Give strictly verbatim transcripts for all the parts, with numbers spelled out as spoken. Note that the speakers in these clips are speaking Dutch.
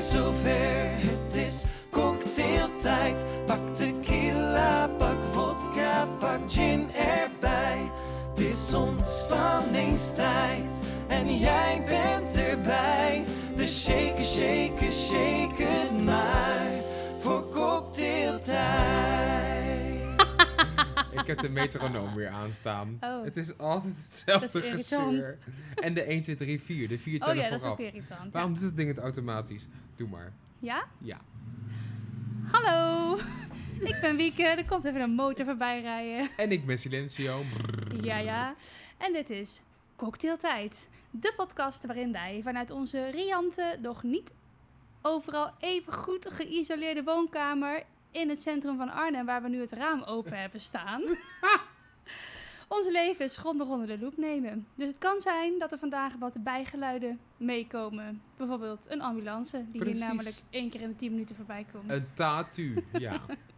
alweer zover. Het is cocktailtijd. Pak tequila, pak vodka, pak gin erbij. Het is ontspanningstijd en jij bent erbij. Dus shake, shake, shake het maar voor cocktailtijd. Ik heb de metronoom weer aanstaan. Oh. Het is altijd hetzelfde Dat is irritant. gezeur. En de een, twee, drie, vier. De vier Oh tellen ja, dat is vooraf. ook irritant. Waarom Ja? doet het ding het automatisch? Doe maar. ja? Ja. Hallo, ik ben Wieke. Er komt even een motor voorbij rijden. En ik ben Silencio. Brrr. Ja, ja. En dit is Cocktailtijd. De podcast waarin wij vanuit onze riante, nog niet overal even goed geïsoleerde woonkamer in het centrum van Arnhem, waar we nu het raam open hebben staan, ons leven grondig onder de loep nemen. Dus het kan zijn dat er vandaag wat bijgeluiden meekomen. Bijvoorbeeld een ambulance, die Precies. hier namelijk één keer in de tien minuten voorbij komt. Een tattoo. Ja.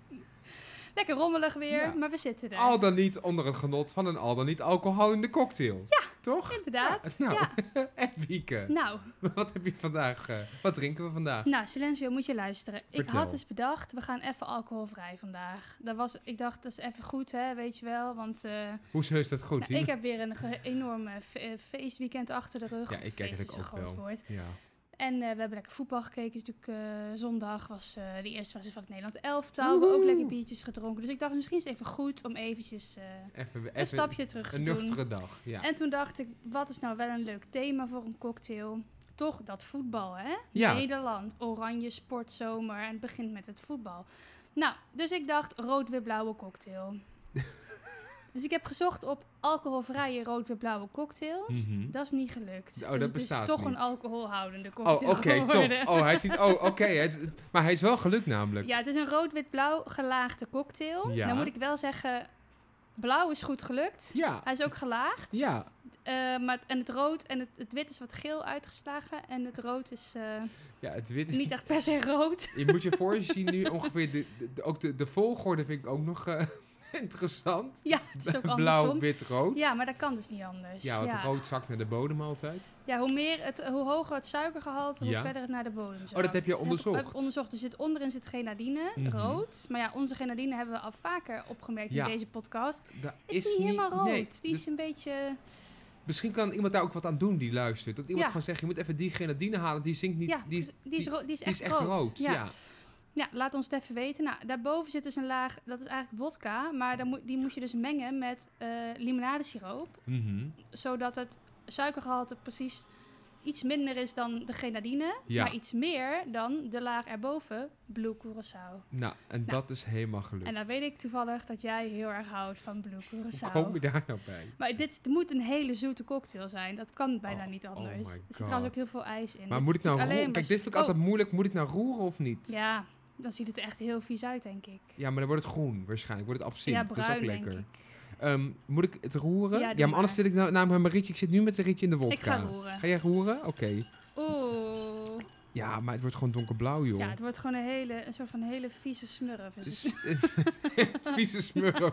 Lekker rommelig weer, Ja. maar we zitten er. Al dan niet onder het genot van een al dan niet alcoholhoudende cocktail. Ja. Toch? Inderdaad. Ja, nou, Ja. en Wieke. Nou, Wat heb je vandaag? uh, wat drinken we vandaag? nou, Silencio, moet je luisteren. Ik Vertel. had dus bedacht, we gaan even alcoholvrij vandaag. Dat was, ik dacht, dat is even goed, hè, weet je wel. Want uh, Hoezo is dat goed? nou, ik heb weer een ge- enorme fe- eh, feestweekend achter de rug. Ja, Of ik kijk feest het is ook een groot wel. woord. Ja. En uh, we hebben lekker voetbal gekeken. Dus natuurlijk uh, zondag was uh, de eerste wedstrijd van het Nederland elftal. We hebben ook lekker biertjes gedronken. Dus ik dacht, misschien is het even goed om eventjes uh, Even, even een stapje terug te een doen. nuchtere dag. Ja. En toen dacht ik, wat is nou wel een leuk thema voor een cocktail? Toch dat voetbal, hè? Ja. Nederland, oranje sportzomer en het begint met het voetbal. Nou, dus ik dacht rood-wit-blauwe cocktail. Dus ik heb gezocht op alcoholvrije rood-wit-blauwe cocktails. Mhm. Dat is niet gelukt. Oh, dat dus het bestaat is toch niet. een alcoholhoudende Oh, cocktail oké, geworden. top. Oh, hij ziet. Oh, oké. het- maar hij is wel gelukt namelijk. Ja, het is een rood-wit-blauw gelaagde cocktail. Ja. Dan moet ik wel zeggen, blauw is goed gelukt. Ja. Hij is ook gelaagd. Ja. Uh, maar het- en het rood en het, het wit is wat geel uitgeslagen. En het rood is uh, Ja, het wit is niet echt per se rood. Je moet je voor je zien nu ongeveer. De, de, de- ook de, de volgorde vind ik ook nog uh, interessant. Ja, het is ook Blauw, andersom. wit, rood. Ja, maar dat kan dus niet anders. Ja, want ja. rood zakt naar de bodem altijd. Ja, hoe, meer het, hoe hoger het suikergehalte, hoe Ja. verder het naar de bodem zakt. Oh, dat heb je onderzocht? Heb ik onderzocht. Er zit onderin zit grenadine, Mhm. rood. Maar ja, onze grenadine hebben we al vaker opgemerkt Ja. in deze podcast. Dat Is, niet helemaal rood. nee, Die dus is een beetje... misschien kan iemand daar ook wat aan doen die luistert. Dat iemand Ja. gewoon zegt, je moet even die grenadine halen. Die zinkt niet. ja, die, is, die, is ro- die is die echt, is echt rood. rood. Ja. Ja. Ja, laat ons het even weten. Nou, daarboven zit dus een laag, dat is eigenlijk vodka. Maar dan moet, die moet je dus mengen met uh, limonadesiroop. Mhm. Zodat het suikergehalte precies iets minder is dan de grenadine. Ja. Maar iets meer dan de laag erboven, Blue Curaçao. Nou, en dat is helemaal gelukt. En dan weet ik toevallig dat jij heel erg houdt van Blue Hoe Curaçao. kom je daar nou bij? Maar dit moet een hele zoete cocktail zijn. Dat kan bijna Oh, niet oh anders. my er God. zit trouwens ook heel veel ijs in. Maar Dit moet is ik nou natuurlijk roeren? alleen Kijk, maar- dit vind ik Oh, altijd moeilijk. Moet ik nou roeren of niet? Ja, dan ziet het echt heel vies uit, denk ik. Ja, maar dan wordt het groen waarschijnlijk. Wordt het absint. Ja, dat is ook bruin, lekker. denk ik. Ehm, moet ik het roeren? Ja, Ja, doe maar anders maar. zit ik nou, namelijk met Marietje. Ik zit nu met de Rietje in de wodka. Ik ga roeren. Ga jij roeren? Oké. Oeh. Ja, maar het wordt gewoon donkerblauw, joh. Ja, het wordt gewoon een, hele, een soort van hele vieze smurf. Is Het het? is- Vieze smurf.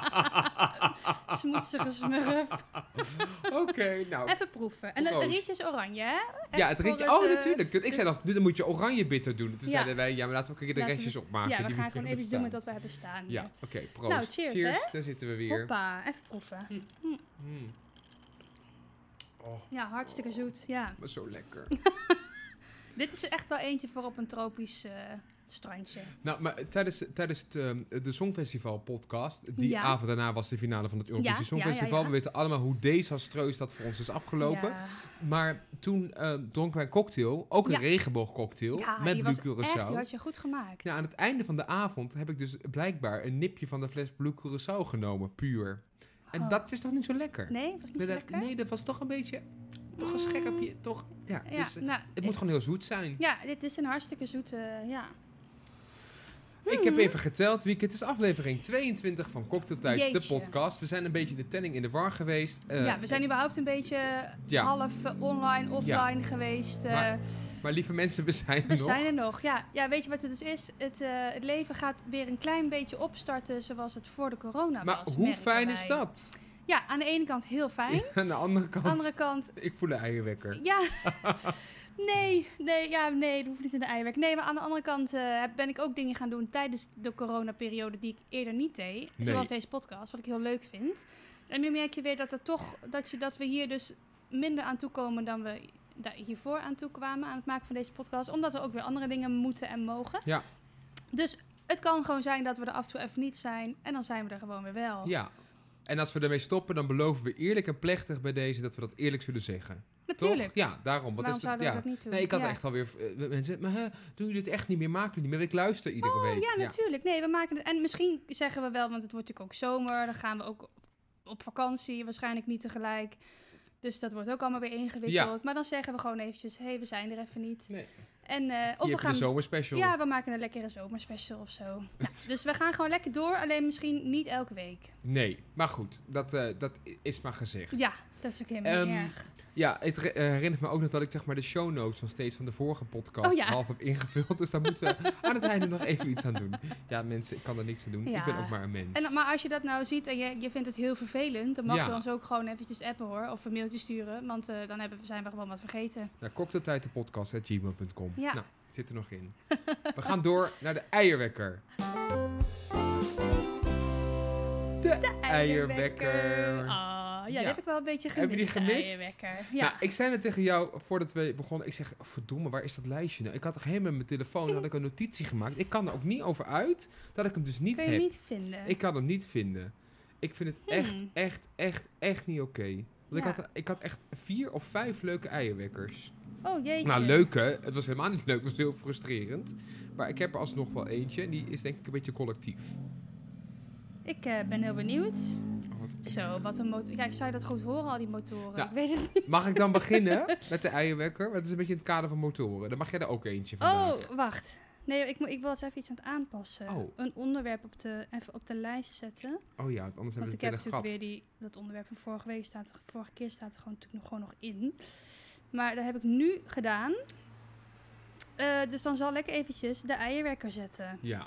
Smoetsige smurf. Oké, nou. Even proeven. En de Proost. rietje is oranje, hè? Echt Ja, het voor rietje. Oh, eh, natuurlijk. Ik zei nog, dan moet je oranje bitter doen. Toen Ja. zeiden wij, ja, maar laten we ook een keer de Laten we- restjes opmaken. Ja, we die gaan gewoon hier even doen met staan. wat we hebben staan hier. Ja, oké, proost. Nou, cheers, hè? Daar zitten we weer. Hoppa, even proeven. Mm. Oh, Ja, hartstikke zoet. Ja. maar zo lekker. Dit is echt wel eentje voor op een tropisch eh, strandje. Nou, maar tijdens, tijdens het, ehm, de Songfestival podcast, die Ja. avond daarna was de finale van het Eurovisie Ja, Songfestival. ja, ja, ja. We weten allemaal hoe desastreus dat voor ons is afgelopen. Ja, Maar toen ehm, dronken wij een cocktail, ook een Ja. regenboogcocktail, ja met die Blue was Curaçao. echt, die had je goed gemaakt. Ja, aan het einde van de avond heb ik dus blijkbaar een nipje van de fles Blue Curaçao genomen, puur. En Oh. dat is toch niet zo lekker? Nee, was niet Nee, zo dat, lekker? nee, dat was toch een beetje, toch een scherpje, toch? Ja, Ja, dus, eh, nou, het moet gewoon heel zoet zijn. ja, dit is een hartstikke zoete, ja. Ik heb even geteld, Wieke. Het is aflevering tweeëntwintig van Cocktailtijd, de Jeetje. podcast. We zijn een beetje de telling in de war geweest. Eh, ja, we zijn überhaupt een beetje ja. half eh, online, offline geweest. eh, Maar Maar lieve mensen, we zijn er we nog. zijn er nog. Ja, ja, weet je wat het dus is? Het, eh, het leven gaat weer een klein beetje opstarten zoals het voor de corona maar was. hoe merken fijn wij. is dat? Ja, aan de ene kant heel fijn. Aan de andere kant, Aan de andere kant, ik voel de eierwekker. ja. Nee, nee, ja, nee, dat hoeft niet in de eiwerk. Nee, maar aan de andere kant uh, ben ik ook dingen gaan doen tijdens de coronaperiode die ik eerder niet deed. Nee. Zoals deze podcast, wat ik heel leuk vind. En nu merk je weer dat, er toch, dat, je, dat we hier dus minder aan toe komen dan we daar hiervoor aan toe kwamen aan het maken van deze podcast. Omdat we ook weer andere dingen moeten en mogen. Ja. Dus het kan gewoon zijn dat we er af en toe even niet zijn. En dan zijn we er gewoon weer wel. Ja. En als we ermee stoppen, dan beloven we eerlijk en plechtig bij deze dat we dat eerlijk zullen zeggen. Natuurlijk. Toch? Ja, daarom. Wat Waarom is het? zouden Ja. we dat niet doen? Nee, ik had Ja. echt alweer uh, mensen maar hè, doen jullie het echt niet meer, maken jullie niet meer. Ik luister iedere Oh, week. ja, natuurlijk. Nee, we maken het. En misschien zeggen we wel, want het wordt natuurlijk ook zomer. Dan gaan we ook op vakantie, waarschijnlijk niet tegelijk. Dus dat wordt ook allemaal weer ingewikkeld. Ja. Maar dan zeggen we gewoon eventjes, hé, hey, we zijn er even niet. Nee. En, uh, Hier of we heb je gaan. de zomerspecial. Ja, we maken een lekkere zomerspecial of zo. Nou, dus we gaan gewoon lekker door, alleen misschien niet elke week. Nee, maar goed, dat, uh, dat is maar gezegd. Ja, dat is ook helemaal Um, niet erg. Ja, het re- uh, herinnert me ook nog dat ik zeg maar de show notes van steeds van de vorige podcast Oh, ja. half heb ingevuld. Dus daar moeten we aan het einde nog even iets aan doen. Ja, mensen, ik kan er niks aan doen. Ja. Ik ben ook maar een mens. En, maar als je dat nou ziet en je, je vindt het heel vervelend, dan mag Ja. je ons ook gewoon eventjes appen hoor. Of een mailtje sturen, want uh, dan hebben, zijn we gewoon wat vergeten. Nou, cocktailtijd de podcast at gmail punt com. Ja. Nou, zit er nog in. We gaan door naar de eierwekker. De, De eierwekker. Ah, ja, die Ja. heb ik wel een beetje gemist. Heb je die de gemist? eierwekker. Ja. Nou, ik zei het tegen jou voordat we begonnen. Ik zeg, oh, verdomme, waar is dat lijstje nou? Ik had toch helemaal met mijn telefoon had ik een notitie gemaakt. Ik kan er ook niet over uit dat ik hem dus niet Kun je heb. hem niet vinden? Ik kan hem niet vinden. Ik vind het Hmm. echt, echt, echt, echt niet oké. Want Ja. ik, had, ik had echt vier of vijf leuke eierwekkers. Oh jeetje. Nou, leuke. Het was helemaal niet leuk. Het was heel frustrerend. Maar ik heb er alsnog wel eentje. En die is denk ik een beetje collectief. Ik uh, ben heel benieuwd. Oh, wat- Zo, wat een motor. Kijk, zou je dat goed horen, al die motoren? Nou, ik weet het niet. Mag ik dan beginnen met de eierwekker? Want het is een beetje in het kader van motoren. Dan mag jij er ook eentje vandaag. Oh, wacht. Nee, ik, moet, ik wil eens even iets aan het aanpassen. Oh. Een onderwerp op de, even op de lijst zetten. Oh ja, want anders Want hebben ik we heb het natuurlijk meteen weer die, dat onderwerp van vorige week staat er, vorige keer staat er gewoon, natuurlijk nog, gewoon nog in. Maar dat heb ik nu gedaan. Uh, dus dan zal ik eventjes de eierwekker zetten. Ja.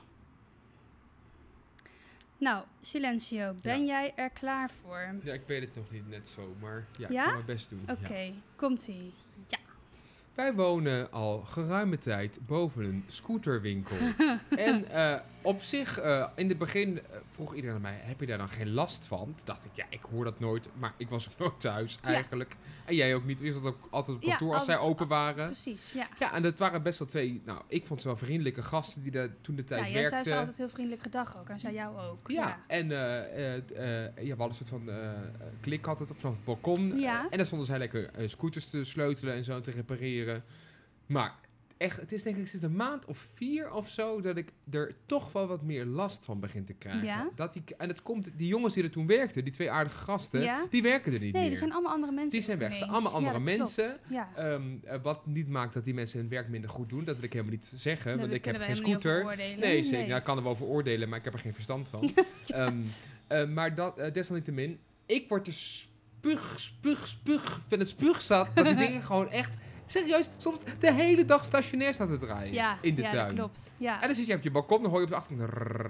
Nou, Silencio, ben Ja. jij er klaar voor? Ja, ik weet het nog niet net zo. Maar ja, Ja? ik ga mijn best doen. Oké, Ja. komt-ie. Ja. Wij wonen al geruime tijd boven een scooterwinkel. en uh, op zich, uh, in het begin uh, vroeg iedereen aan mij, heb je daar dan geen last van? Toen dacht ik, ja, ik hoor dat nooit, maar ik was ook nooit thuis eigenlijk. En jij ook niet, je zat ook altijd op Ja, kantoor als zij altijd- open waren. Precies, ja. Ja, en dat waren best wel twee, nou, ik vond ze wel vriendelijke gasten die daar toen de tijd Ja, jij zei werkten. ze altijd heel vriendelijk gedag ook en zij jou ook. Ja, Ja. en uh, uh, uh, ja, we hadden een soort van uh, klik altijd vanaf het balkon. Ja. Uh, en dan stonden zij lekker uh, scooters te sleutelen en zo te repareren. Maar echt, het is denk ik sinds een maand of vier of zo dat ik er toch wel wat meer last van begin te krijgen. Ja? Dat die, en het komt, die jongens die er toen werkten, die twee aardige gasten, Ja? die werken er niet Nee, meer. er zijn allemaal andere mensen. Die zijn weg. Het zijn ineens. allemaal andere Ja, dat mensen. klopt. Ja. Um, uh, wat niet maakt dat die mensen hun werk minder goed doen. Dat wil ik helemaal niet zeggen, Daar want ik heb kunnen geen we helemaal niet scooter. over oordelen. Nee, zeker. Ja, ik kan er wel over oordelen, maar ik heb er geen verstand van. um, uh, maar dat, uh, desalniettemin, ik word er spug, spug, spug, van het spuugzat dat die dingen gewoon echt, serieus, soms de hele dag stationair staan te draaien Ja, in de ja, tuin. dat klopt. Ja. En dan zit je op je balkon, dan hoor je op de achtergrond.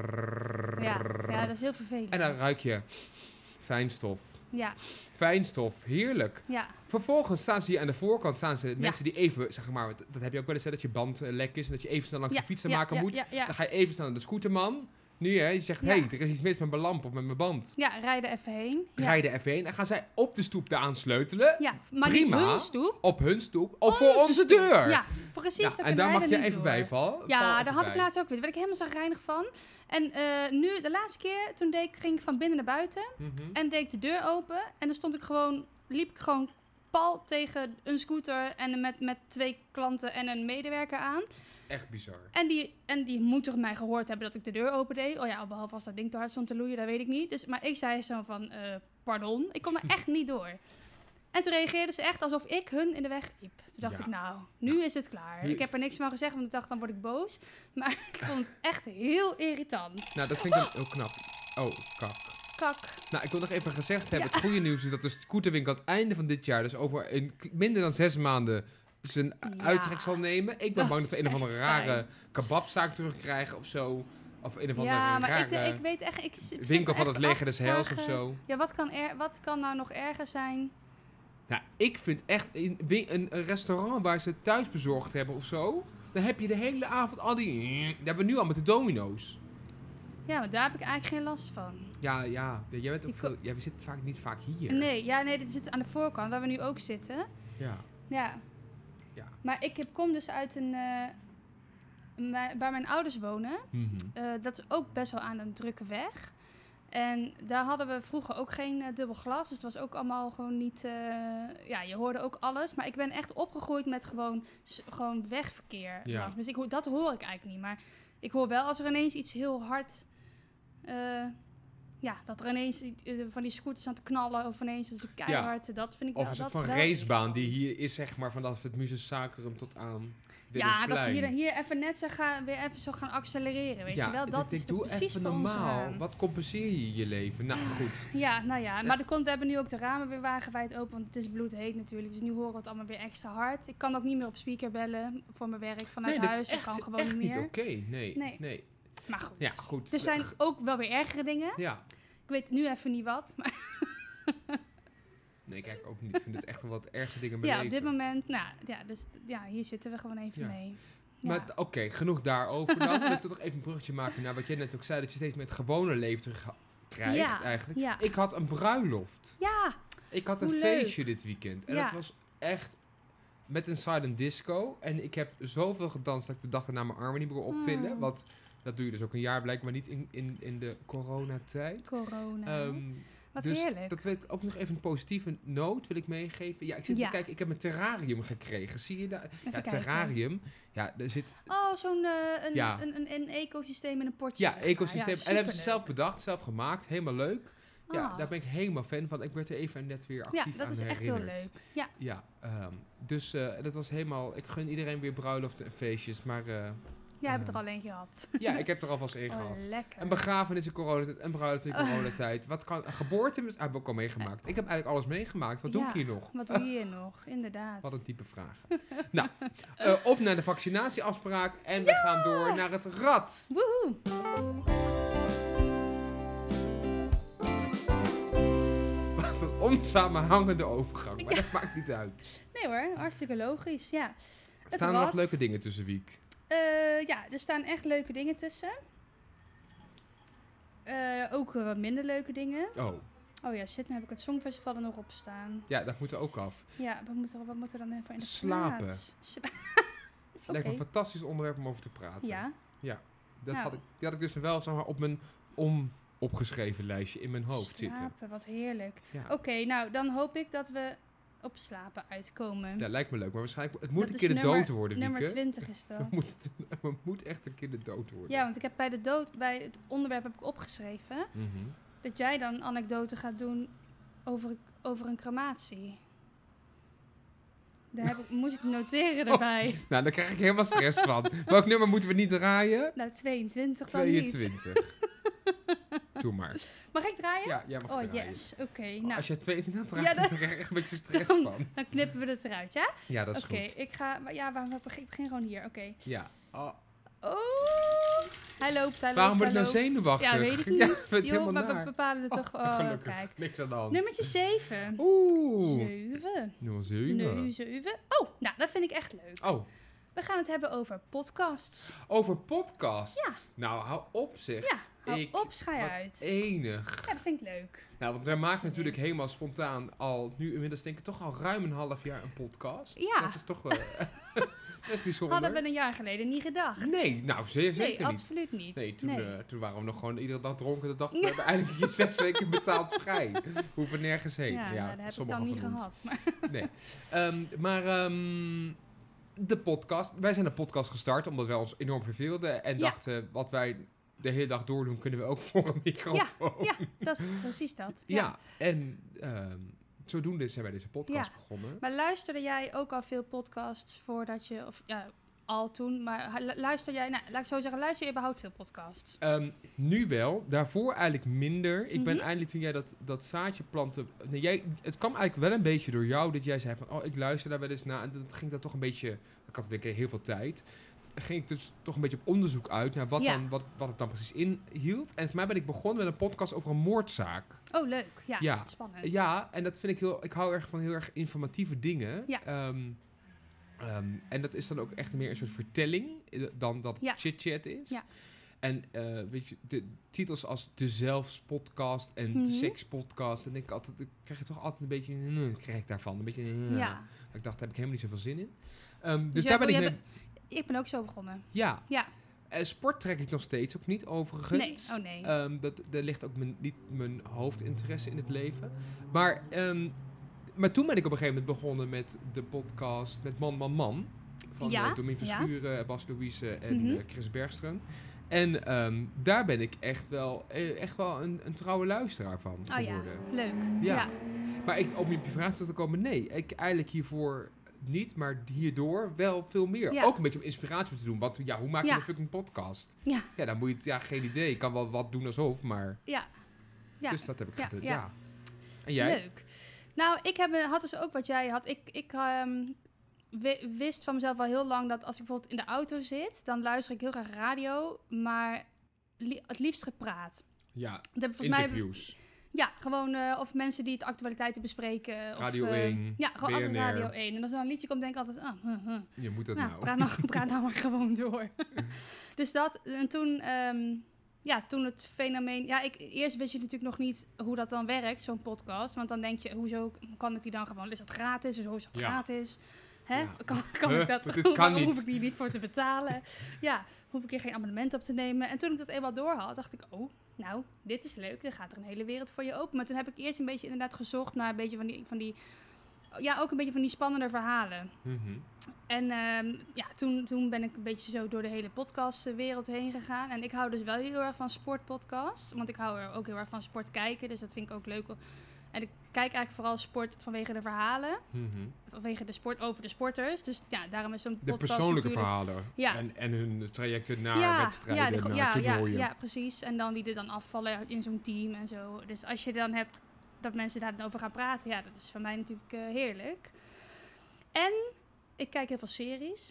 Ja. ja, dat is heel vervelend. En dan ruik je fijnstof. Ja, Fijnstof, heerlijk. ja. Vervolgens staan ze hier aan de voorkant, staan ze Ja. mensen die even, zeg maar, dat, dat heb je ook wel eens, hè, dat je band uh, lek is en dat je even snel langs ja, de fietsen ja, maken ja, moet. Ja, ja. Dan ga je even snel naar de scooterman. Nu hè, je zegt, hé, Ja. hey, er is iets mis met mijn lamp of met mijn band. ja, rijden even heen. Ja. Rijden even heen en gaan zij op de stoep daar aansleutelen. Ja, maar Prima. niet hun stoep. Op hun stoep. Of Onze voor onze stoep. deur. Ja, precies. Ja, dan en kunnen daar wij mag er je niet even door. bij vallen. Val Ja, even daar had ik bij. laatst ook weer. Daar werd ik helemaal zagrijnig van. En uh, nu, de laatste keer, toen deed ik, ging ik van binnen naar buiten. Mhm. En deed ik de deur open. En dan stond ik gewoon, liep ik gewoon pal tegen een scooter. En met, met twee klanten en een medewerker aan. Echt bizar. En die, en die moeten mij gehoord hebben dat ik de deur open deed. Oh ja, behalve als dat ding te hard stond te loeien, dat weet ik niet. Dus, maar ik zei zo van, uh, pardon. Ik kon er echt niet door. En toen reageerden ze echt alsof ik hun in de weg liep. Toen dacht Ja. ik, nou, nu is het klaar. Nu- Ik heb er niks van gezegd, want ik dacht, dan word ik boos. Maar ik vond het echt heel irritant. Nou, dat vind ik dan heel knap. Oh, kak. Kak. Nou, ik wil nog even gezegd hebben, Ja. het goede nieuws is dat de scooterwinkel aan het einde van dit jaar, dus over een, k- minder dan zes maanden, zijn Ja. uittrek zal nemen. Ik ben Dat bang dat we een of is andere echt rare fijn. kebabzaak terugkrijgen of zo. Of een of andere Ja, maar rare ik, ik weet echt... Ik zit me winkel van echt het leger af te des heils of vragen, zo. Ja, wat kan, er, wat kan nou nog erger zijn? Nou, ik vind echt een, een, een restaurant waar ze het thuis bezorgd hebben of zo. Dan heb je de hele avond al die... Dat hebben we nu al met de domino's. Ja, maar daar heb ik eigenlijk geen last van. Ja, ja. Jij, bent ook Die ko- veel, ja, we zitten vaak niet vaak hier. Nee, ja, nee, dit zit aan de voorkant, waar we nu ook zitten. Ja. Ja. Ja. Maar ik heb, kom dus uit een... eh, mijn- waar mijn ouders wonen. Mhm. Eh, dat is ook best wel aan een drukke weg. En daar hadden we vroeger ook geen eh, dubbel glas. Dus het was ook allemaal gewoon niet... eh, ja, je hoorde ook alles. Maar ik ben echt opgegroeid met gewoon, s- gewoon wegverkeer. Ja. langs. Dus ik, hoor- dat hoor ik eigenlijk niet. Maar ik hoor wel als er ineens iets heel hard... eh, ja, dat er ineens eh, van die scooters aan het knallen... of ineens is het keihard. Dat vind ik Of wel... is het dat van wel racebaan die irritant. hier is, zeg maar, vanaf het Muses Sacrum tot aan Ja, dat ze hier, Willemsplein. hier even net zo gaan, weer even zo gaan accelereren, weet Ja, je wel? ik Dat denk, is doe toch precies even voor ons normaal. aan. Wat compenseer je in je leven? Nou, goed. Ja, nou ja, maar er komt, we hebben nu ook de ramen weer wagenwijd open, want het is bloedheet natuurlijk. Dus nu horen we het allemaal weer extra hard. Ik kan ook niet meer op speaker bellen voor mijn werk vanuit Nee, dat huis. is echt, ik kan gewoon echt niet niet meer. oké. Nee, Nee. nee. Maar goed. Ja, goed. Er zijn ook wel weer ergere dingen. Ja. Ik weet nu even niet wat. Maar Nee, kijk, ook niet. Ik vind het echt wel wat erge dingen in mijn ja, op leven. dit moment, nou ja, dus ja, hier zitten we gewoon even Ja. mee. Ja. Maar oké, okay, genoeg daarover. Nou wil ik toch even een bruggetje maken naar wat jij net ook zei. Dat je steeds met het gewone leven terug krijgt Ja, eigenlijk. ja. Ik had een bruiloft. Ja, Ik had een Hoe feestje dit weekend. En Ja. dat was echt met een silent disco. En ik heb zoveel gedanst dat ik de dag erna mijn armen niet meer kon optillen. Oh. Want dat doe je dus ook een jaar blijkbaar niet in, in, in de coronatijd. corona. Ehm, Wat dus heerlijk. dat wil ik ook nog even een positieve noot wil ik meegeven. Ja, ik zit Ja. te kijken. Ik heb een terrarium gekregen. Zie je daar? Ja, kijken. terrarium. Ja, er zit Oh, zo'n eh, een, Ja. een, een, een ecosysteem in een potje. ja, zeg maar. ecosysteem. Ja, en dat hebben ze superleuk. zelf bedacht, zelf gemaakt. Helemaal leuk. Ja, Ah. daar ben ik helemaal fan van. Ik werd er even net weer Ja, actief dat aan is echt heel herinnerd. leuk. Ja, Ja, ehm, dus eh, dat was helemaal... Ik gun iedereen weer bruiloften en feestjes, maar eh, jij hebt het er Ehm, alleen gehad. ja, ik heb er alvast één Oh, gehad. lekker. Een begrafenis in coronatijd, een bruiloft in Oh. coronatijd. Wat kan... Een geboorte heb ik ook al meegemaakt. Ik heb eigenlijk alles meegemaakt. Wat doe Ja. ik hier nog? Wat doe je hier nog? Inderdaad. Wat een type vragen. nou, eh, op naar de vaccinatieafspraak. En we gaan door naar het rad. Woehoe. Wat een onsamenhangende overgang. Maar dat maakt niet uit. Nee hoor, hartstikke logisch. Ja. Er Het staan er nog rad. leuke dingen tussen, Wiek. Eh, ja, er staan echt leuke dingen tussen. Eh, ook eh, wat minder leuke dingen. Oh, Oh ja, shit, nu heb ik het Songfestival er nog op staan. ja, dat moet er ook af. Ja, wat moet er, wat moet er dan even in de Slapen. plaats? Sla- Het lijkt me Oké. een fantastisch onderwerp om over te praten. Ja, Dat Nou. had ik, die had ik dus wel zeg maar, op mijn onopgeschreven lijstje in mijn hoofd zitten. slapen, wat heerlijk. Ja. Oké, nou, dan hoop ik dat we op slapen uitkomen. Ja, lijkt me leuk. Maar waarschijnlijk, het moet Dat een is keer de nummer- dood worden, Nummer Wieke. twintig is dat. Het moet, het moet echt een keer de dood worden. Ja, want ik heb bij de dood, bij het onderwerp heb ik opgeschreven Mhm. dat jij dan een anekdote gaat doen over, over een crematie. Daar heb ik, moest ik noteren daarbij. Nou, daar krijg ik helemaal stress van. Welk nummer moeten we niet draaien? Nou, tweeëntwintig dan niet. tweeëntwintig. Doe maar. Mag ik draaien? Ja, jij mag Oh, draaien. yes. Oké, Oh, nou, als je tweeëntwintig draait, Ja, dan dan- krijg ik echt een beetje stress dan- van. dan knippen we het eruit, ja? Ja, dat is Oké, goed. ik ga, maar ja, waar, waar begin, ik begin gewoon hier, oké. Ja. Oh, Oh, hij loopt, hij waarom loopt, word ik hij nou loopt. zenuwachtig? Ja, weet ik Ja, niet. ik vind het Joh, helemaal maar we naar. bepalen het toch. Oh, gelukkig. kijk. Niks aan de hand. Nummertje zeven. Oeh. zeven. Nummer zeven. Nee, zeven. Oh, nou, dat vind ik echt leuk. Oh, We gaan het hebben over podcasts. over podcast. Ja. Nou, hou op zeg. Ja, hou Ik- op, schei Wat uit. enig. Ja, dat vind ik leuk. Nou, want wij maken Zin natuurlijk in. helemaal spontaan al, nu inmiddels denk ik toch al ruim een half jaar een podcast. Ja. Dat is toch wel best bijzonder. Hadden we een jaar geleden niet gedacht. Nee, nou zeer zeker Nee, niet. absoluut niet. Nee, toen, Nee. eh, toen waren we nog gewoon iedere dag dronken. De dag we hebben eindelijk je zes weken betaald vrij. We hoeven nergens heen. Ja, nou, dat heb ik sommigen dan niet van ons. gehad. Maar Nee. Ehm, maar ehm, de podcast. Wij zijn een podcast gestart omdat wij ons enorm verveelden. En Ja. dachten, wat wij de hele dag door doen, kunnen we ook voor een microfoon. ja, dat is precies dat. Ja, Ja. en ehm, zodoende zijn wij deze podcast Ja. begonnen. Maar luisterde jij ook al veel podcasts voordat je, of ja, al toen, maar lu- luister jij, nou, laat ik zo zeggen, luister je überhaupt veel podcasts? Ehm, nu wel, daarvoor eigenlijk minder. Ik ben Mhm. eindelijk toen jij dat, dat zaadje plantte... Nee, jij, het kwam eigenlijk wel een beetje door jou dat jij zei van... Oh, ik luister daar wel eens naar. En dat ging dat toch een beetje... Ik had denk ik heel veel tijd. ging ik dus toch een beetje op onderzoek uit naar wat, Ja. dan, wat, wat het dan precies inhield. En voor mij ben ik begonnen met een podcast over een moordzaak. Oh, leuk. Ja, Ja. spannend. Ja, en dat vind ik heel... Ik hou erg van heel erg informatieve dingen. Ja. Ehm, ehm, en dat is dan ook echt meer een soort vertelling eh, dan dat Ja. het chit-chat is. Ja. En eh, weet je, de titels als de Zelfs-podcast en Mhm. de Seks-podcast, dan denk ik altijd, dan krijg je toch altijd een beetje, mm, krijg ik daarvan, een beetje, mm. Ja. Ik dacht, daar heb ik helemaal niet zoveel zin in. Ehm, dus Dus daar ben jij- ik jij mee... bent- Ik ben ook zo begonnen. Ja. Ja. Eh, sport trek ik nog steeds ook niet, overigens. Nee. Oh, nee. Ehm, dat, daar ligt ook mijn, niet mijn hoofdinteresse in het leven. Maar, ehm, maar toen ben ik op een gegeven moment begonnen met de podcast met Man, Man, Man. Van Ja, eh, Domien ja. Verschuren, Bas Louise en Mhm. eh, Chris Bergström. En ehm, daar ben ik echt wel, eh, echt wel een, een trouwe luisteraar van Oh ja, geworden. leuk. Ja. Ja. Maar ik, om op je vraag terug te komen, nee. Ik eigenlijk hiervoor niet, maar hierdoor wel veel meer. Ja. Ook een beetje om inspiratie te doen. Want ja, hoe maak je Ja. een fucking podcast? Ja. Ja, dan moet je het, ja, geen idee. Ik kan wel wat doen alsof, maar... Ja. Ja. Dus dat heb ik Ja, gedaan, ja. ja. En jij? Leuk. Nou, ik heb, had dus ook wat jij had. Ik, ik ehm, wi- wist van mezelf al heel lang dat als ik bijvoorbeeld in de auto zit, dan luister ik heel graag radio, maar li- het liefst gepraat. Ja, Dat heb ik volgens mij. interviews. Ja, gewoon eh, of mensen die het actualiteiten bespreken. Radio of, eh, één, Ja, gewoon B N R. altijd Radio één. En als er een liedje komt, denk ik altijd, ah, huh, huh. Je moet dat Nou, nou. praat nou, praat nou maar gewoon door. Dus dat, en toen, ehm, ja, toen het fenomeen... Ja, ik, eerst wist je natuurlijk nog niet hoe dat dan werkt, zo'n podcast. Want dan denk je, hoezo kan ik die dan gewoon... Is dat gratis? Hoezo is dat Ja. gratis? Hè? Ja. Kan, kan Huh, ik dat... dit kan waarom niet. hoef ik die niet voor te betalen? Ja, hoef ik hier geen abonnement op te nemen? En toen ik dat eenmaal door had, dacht ik, oh, nou, dit is leuk. Dan gaat er een hele wereld voor je open. Maar toen heb ik eerst een beetje inderdaad gezocht naar een beetje van die... Van die ja, ook een beetje van die spannende verhalen. Mhm. En ehm, ja, toen, toen ben ik een beetje zo door de hele podcastwereld heen gegaan. En ik hou dus wel heel erg van sportpodcasts. Want ik hou er ook heel erg van sport kijken. Dus dat vind ik ook leuk. En ik kijk eigenlijk vooral sport vanwege de verhalen. Mhm. Vanwege de sport over de sporters. Dus ja, daarom is zo'n De podcast persoonlijke natuurlijk... verhalen. Ja. En, en hun trajecten naar ja, wedstrijden, ja, de go- naar ja, ja, toernooien. ja, precies. En dan wie er dan afvallen in zo'n team en zo. Dus als je dan hebt dat mensen daar dan over gaan praten, ja, dat is voor mij natuurlijk uh, heerlijk. En ik kijk heel veel series.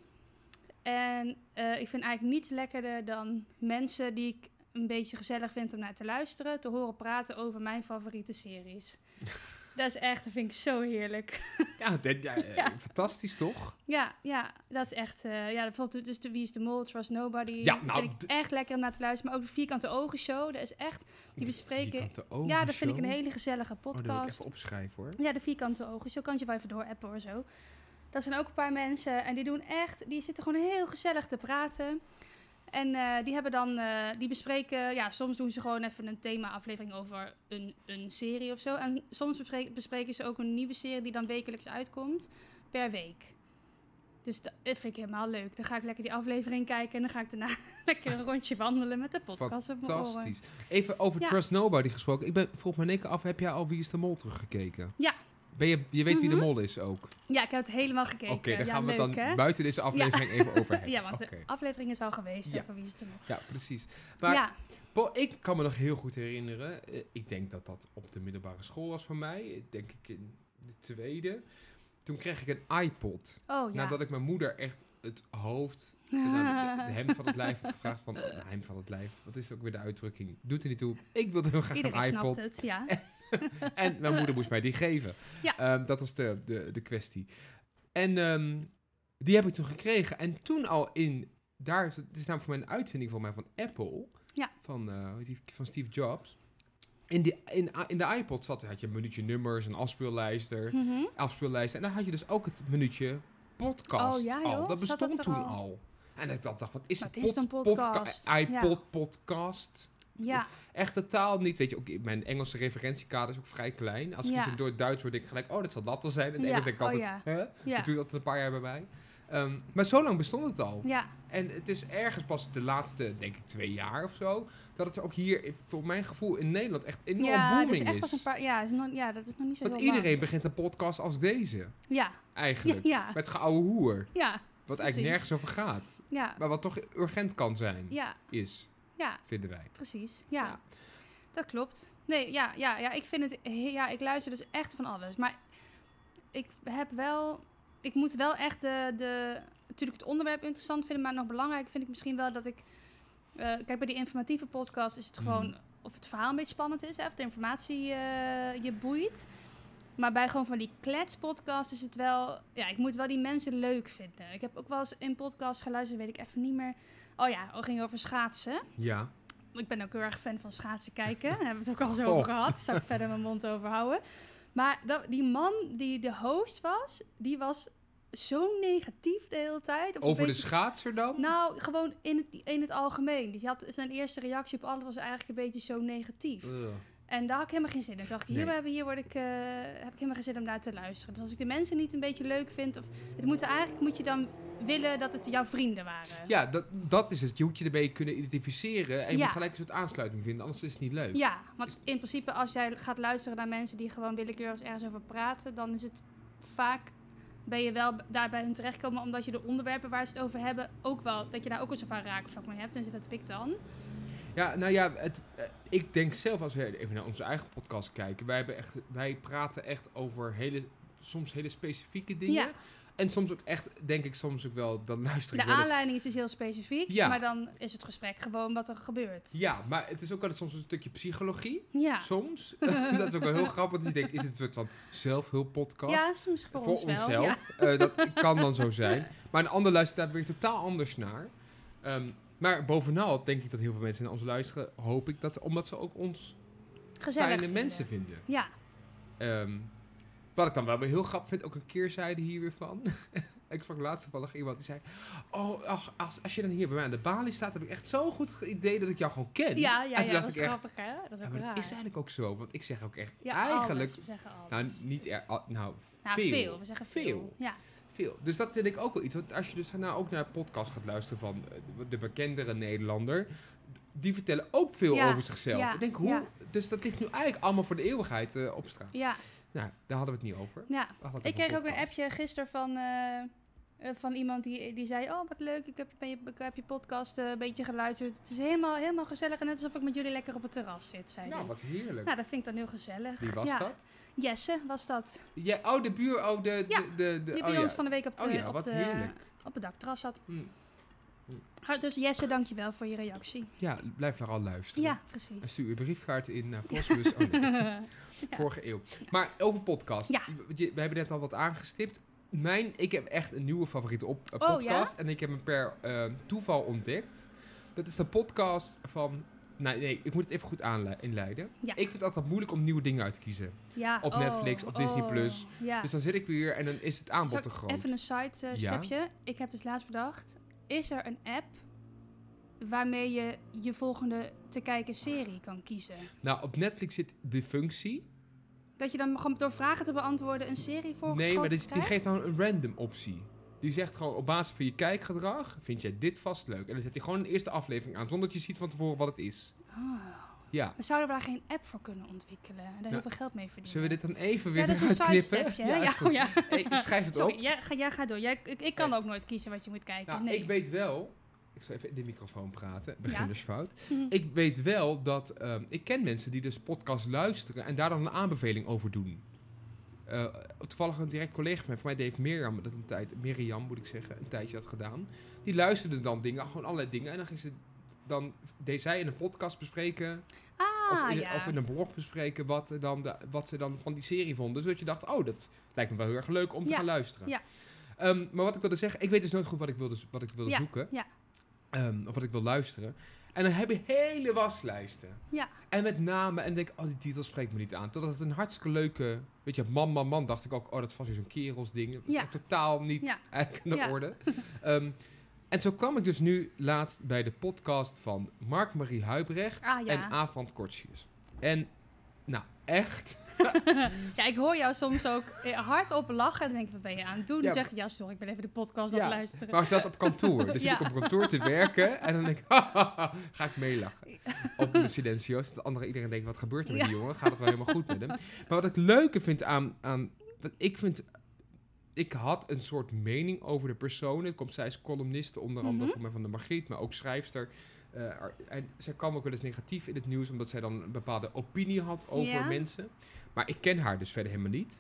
En uh, ik vind eigenlijk niets lekkerder dan mensen die ik een beetje gezellig vind om naar te luisteren, te horen praten over mijn favoriete series. Dat is echt, dat vind ik zo heerlijk. Ja, dat, ja, Ja. Fantastisch toch? Ja, ja, dat is echt... Uh, ja, bijvoorbeeld dus de Wie is de Mol, Trust Nobody. Ja, nou, vind ik d- echt lekker om naar te luisteren. Maar ook de Vierkante Ogen Show. Dat is echt... Die bespreken... Vierkante Ogen Ja, dat vind ik Show. een hele gezellige Oh, dat wil ik podcast. even opschrijven hoor. Ja, de Vierkante Ogen Show. Kan je wel even door appen of zo. Dat zijn ook een paar mensen. En die doen echt... Die zitten gewoon heel gezellig te praten. En uh, die hebben dan... Uh, die bespreken... Ja, soms doen ze gewoon even een thema-aflevering over een, een serie of zo. En soms bespreken, bespreken ze ook een nieuwe serie die dan wekelijks uitkomt. Per week. Dus dat vind ik helemaal leuk. Dan ga ik lekker die aflevering kijken. En dan ga ik daarna lekker een rondje wandelen met de podcast op mijn oren. Fantastisch. Even over Ja. Trust Nobody gesproken. Ik ben, vroeg me in één keer af, heb jij al Wie is de Mol teruggekeken? Ja. Ben je, je weet wie de Mhm. mol is ook? Ja, ik heb het helemaal gekeken. Oké, daar ja, gaan we leuk, het dan hè? buiten deze aflevering even over hebben. Ja, want Oké. de aflevering is al geweest Ja. over Wie is de Mol. Ja, precies. Maar Ja, Bo, ik kan me nog heel goed herinneren. eh, Ik denk dat dat op de middelbare school was voor mij. Ik Denk ik in de tweede. Toen kreeg ik een iPod. oh ja. Nadat ik mijn moeder echt het hoofd, de, de, de hem van het lijf had gevraagd van... Oh, nou, hem van het lijf, wat is ook weer de uitdrukking? Doet er niet toe. Ik wilde heel graag Iedereen een snapt iPod. het, ja. En mijn moeder moest mij die geven. Ja. Ehm, dat was de, de, de kwestie. En ehm, die heb ik toen gekregen. En toen al in... Daar is het is namelijk voor mij een uitvinding van mij van Apple. Ja. Van, eh, hoe heet die, van Steve Jobs. In, die, in, in de iPod zat, had je een minuutje nummers, een afspeellijster, Mhm. afspeellijst. En dan had je dus ook het minuutje podcast Oh, ja, al. joh. Dat Zat bestond dat er toen al? al. En ik dacht, wat is Wat het? is een podcast? podca- iPod Ja. podcast. Ja, Echt totaal niet. Weet je, ook mijn Engelse referentiekader is ook vrij klein. Als ik Ja. iets door het Duits hoor, denk ik gelijk, oh, dat zal dat wel zijn. In het Ja, Engels denk ik oh altijd, ja. hè? ja, Dat duurt altijd een paar jaar bij mij. Ehm, maar zo lang bestond het al. ja. En het is ergens pas de laatste, denk ik, twee jaar of zo, dat het ook hier, voor mijn gevoel, in Nederland echt enorm Ja, booming dus echt is. pas een paar... Ja, is nog, ja, dat is nog niet zo Want heel lang. iedereen begint een podcast als deze, Ja, eigenlijk. ja, Met geouwe hoer. ja, Wat precies. eigenlijk nergens over gaat. ja, Maar wat toch urgent kan zijn, ja, is, ja, vinden wij. precies. Ja, Ja. dat klopt. Nee, ja, ja, ja, ik vind het... he- Ja, ik luister dus echt van alles. Maar ik heb wel... Ik moet wel echt de... de natuurlijk het onderwerp interessant vinden, maar nog belangrijk vind ik misschien wel dat ik... Uh, kijk, bij die informatieve podcast is het gewoon... Mm. of het verhaal een beetje spannend is, hè, of de informatie uh, je boeit. Maar bij gewoon van die kletspodcast is het wel... Ja, ik moet wel die mensen leuk vinden. Ik heb ook wel eens in podcast geluisterd, weet ik even niet meer... Oh ja, het ging over schaatsen. Ja. Ik ben ook heel erg fan van schaatsen kijken. Daar hebben we het ook al zo over Oh. gehad. Daar zou ik verder mijn mond over houden. Maar dat, die man die de host was, die was zo negatief de hele tijd. Of Over een de beetje, schaatser dan? nou, gewoon in het, in het algemeen. Die had, zijn eerste reactie op alles was eigenlijk een beetje zo negatief. Ugh. En daar had ik helemaal geen zin in. Toen dacht ik, hier, Nee. hebben, hier word ik, uh, heb ik helemaal geen zin om naar te luisteren. Dus als ik de mensen niet een beetje leuk vind... Of, het moet, eigenlijk moet je dan willen dat het jouw vrienden waren. Ja, dat, dat is het. Je moet je ermee kunnen identificeren en je Ja. moet gelijk een soort aansluiting vinden, anders is het niet leuk. Ja, want in principe als jij gaat luisteren naar mensen die gewoon willekeurig ergens over praten... dan is het vaak, ben je wel daar bij hun terechtkomen... omdat je de onderwerpen waar ze het over hebben ook wel... dat je daar ook eens een raakvlak mee hebt. En dat heb ik dan. Ja, nou ja, het, eh, ik denk zelf, als we even naar onze eigen podcast kijken, wij, hebben echt, wij praten echt over hele, soms hele specifieke dingen. Ja. En soms ook echt, denk ik soms ook wel, dan luister ik De wel eens- aanleiding is dus heel specifiek, Ja. maar dan is het gesprek gewoon wat er gebeurt. Ja, maar het is ook altijd soms een stukje psychologie. Ja, Soms. Dat is ook wel heel grappig. Dat je denkt, is het een soort van zelfhulppodcast? ja soms voor, voor ons wel. onszelf. Ja. Eh, dat kan dan zo zijn. Maar een ander luistert daar weer totaal anders naar. Ehm, maar bovenal denk ik dat heel veel mensen naar ons luisteren. Hoop ik dat, omdat ze ook ons Gezellig fijne vinden. mensen vinden. Ja, Ehm, wat ik dan wel weer heel grappig vind, ook een keerzijde hier weer van. Ik sprak laatst toevallig iemand die zei... Oh, ach, als, als je dan hier bij mij aan de balie staat, heb ik echt zo'n goed idee dat ik jou gewoon ken. ja, En ja, toen ja dacht dat is ik echt, grappig, hè? Dat is ja, ook maar dat raar. is eigenlijk ook zo. Want ik zeg ook echt Ja, eigenlijk... alles. We zeggen alles. Nou, niet er, al- nou, Nou, veel. veel. We zeggen veel. Veel. Ja. Veel. Dus dat vind ik ook wel iets. Want als je dus nou ook naar een podcast gaat luisteren van eh, de bekendere Nederlander... Die vertellen ook veel Ja, over zichzelf. ja, Ik denk, hoe... ja. Dus dat ligt nu eigenlijk allemaal voor de eeuwigheid uh, op straat. Ja, Nou, daar hadden we het niet over. ja. We hadden het Ik over kreeg ook een podcast. appje gisteren van, eh, eh, van iemand die, die zei... Oh, wat leuk, ik heb, ben je, ik heb je podcast eh, een beetje geluisterd. Het is helemaal, helemaal gezellig en net alsof ik met jullie lekker op het terras zit, zei Nou, hij. wat heerlijk. Nou, dat vind ik dan heel gezellig. Wie was ja. dat? Jesse was dat. Ja, oh, de buur... Oh, de... Ja, de, de, de Die oh, bij ja. ons van de week op, de, Oh ja, op, wat de, heerlijk. op het dakterras zat. Hm. Ah, Dus Jesse, dankjewel voor je reactie. Ja, blijf vooral luisteren. Ja, En precies. stuur je briefkaart in naar postbus. Oh, nee. Ja. Vorige eeuw. Maar over podcast. Ja. We, we hebben net al wat aangestipt. Mijn, ik heb echt een nieuwe favoriete op, uh, Oh, podcast. En ik heb hem per uh, toeval ontdekt. Dat is de podcast van... Nou, nee, ik moet het even goed aanle- inleiden. Ja. Ik vind het altijd moeilijk om nieuwe dingen uit te kiezen. Ja, Op oh, Netflix, op Disney oh, plus. Ja. Dus dan zit ik weer en dan is het aanbod Zal te ik groot. even een side uh, Ja. stepje. Ik heb dus laatst bedacht, is er een app waarmee je je volgende te kijken serie kan kiezen? Nou, op Netflix zit de functie. Dat je dan gewoon door vragen te beantwoorden een serie voorgeschoten Nee, maar die, die krijgt? geeft dan een random optie. Die zegt gewoon op basis van je kijkgedrag, vind jij dit vast leuk. En dan zet hij gewoon een eerste aflevering aan, zonder dat je ziet van tevoren wat het is. Oh. Ja. We zouden we daar geen app voor kunnen ontwikkelen en daar Nou, heel veel geld mee verdienen. Zullen we dit dan even weer Ja, dat is een eruit side knippen? stepje, hè? is Ja, goed. oh, ja. Hey, ik schrijf het Sorry, op. jij, ga, jij gaat door. Jij, ik, ik kan ook nooit kiezen wat je moet kijken. Nou, nee. ik weet wel... Ik zal even in de microfoon praten. Beginnersfout. Mhm. Ik weet wel dat... ehm, ik ken mensen die dus podcast luisteren en daar dan een aanbeveling over doen. Uh, toevallig een direct collega van mij, voor mij die heeft Mirjam, dat een tijd, Mirjam moet ik zeggen, een tijdje had gedaan. Die luisterde dan dingen, gewoon allerlei dingen. En dan ging ze... Dan deed zij in een podcast bespreken... Ah, Of in, ja. of in een blog bespreken wat, er dan de, wat ze dan van die serie vonden. Zodat je dacht, oh, dat lijkt me wel heel erg leuk om te Ja, gaan luisteren. ja. Um, maar wat ik wilde zeggen, ik weet dus nooit goed wat ik wilde, wat ik wilde Ja, zoeken. ja. Um, of wat ik wil luisteren. En dan heb je hele waslijsten. Ja. En met namen en denk oh, die titel spreekt me niet aan. Totdat het een hartstikke leuke, weet je, man, man, man, dacht ik ook, oh, dat was weer zo'n kerelsding. Dat is Ja. echt totaal niet Ja. eigenlijk in de Ja. orde. Um, en zo kwam ik dus nu laatst bij de podcast van Mark-Marie Huibrecht Ah, ja. en Aafrand Kortjes. En, nou, echt... Ja, ik hoor jou soms ook hardop lachen. En dan denk ik, wat ben je aan het doen? Ja. Dan zeg je, ja, sorry, ik ben even de podcast aan Ja, het luisteren. maar zelfs op kantoor. Dus Ja. zit ik op kantoor te werken en dan denk ik, ga ik meelachen. Op de silencio's. Dat andere iedereen denkt, wat gebeurt er met Ja. die jongen? Gaat het wel helemaal goed met hem? Maar wat ik leuke vind aan... aan wat ik vind... Ik had een soort mening over de persoon. Het komt, zij is columniste, onder andere Mhm. voor mij van de Margriet, maar ook schrijfster. Uh, en zij kwam ook wel eens negatief in het nieuws, omdat zij dan een bepaalde opinie had over Ja. mensen. Maar ik ken haar dus verder helemaal niet.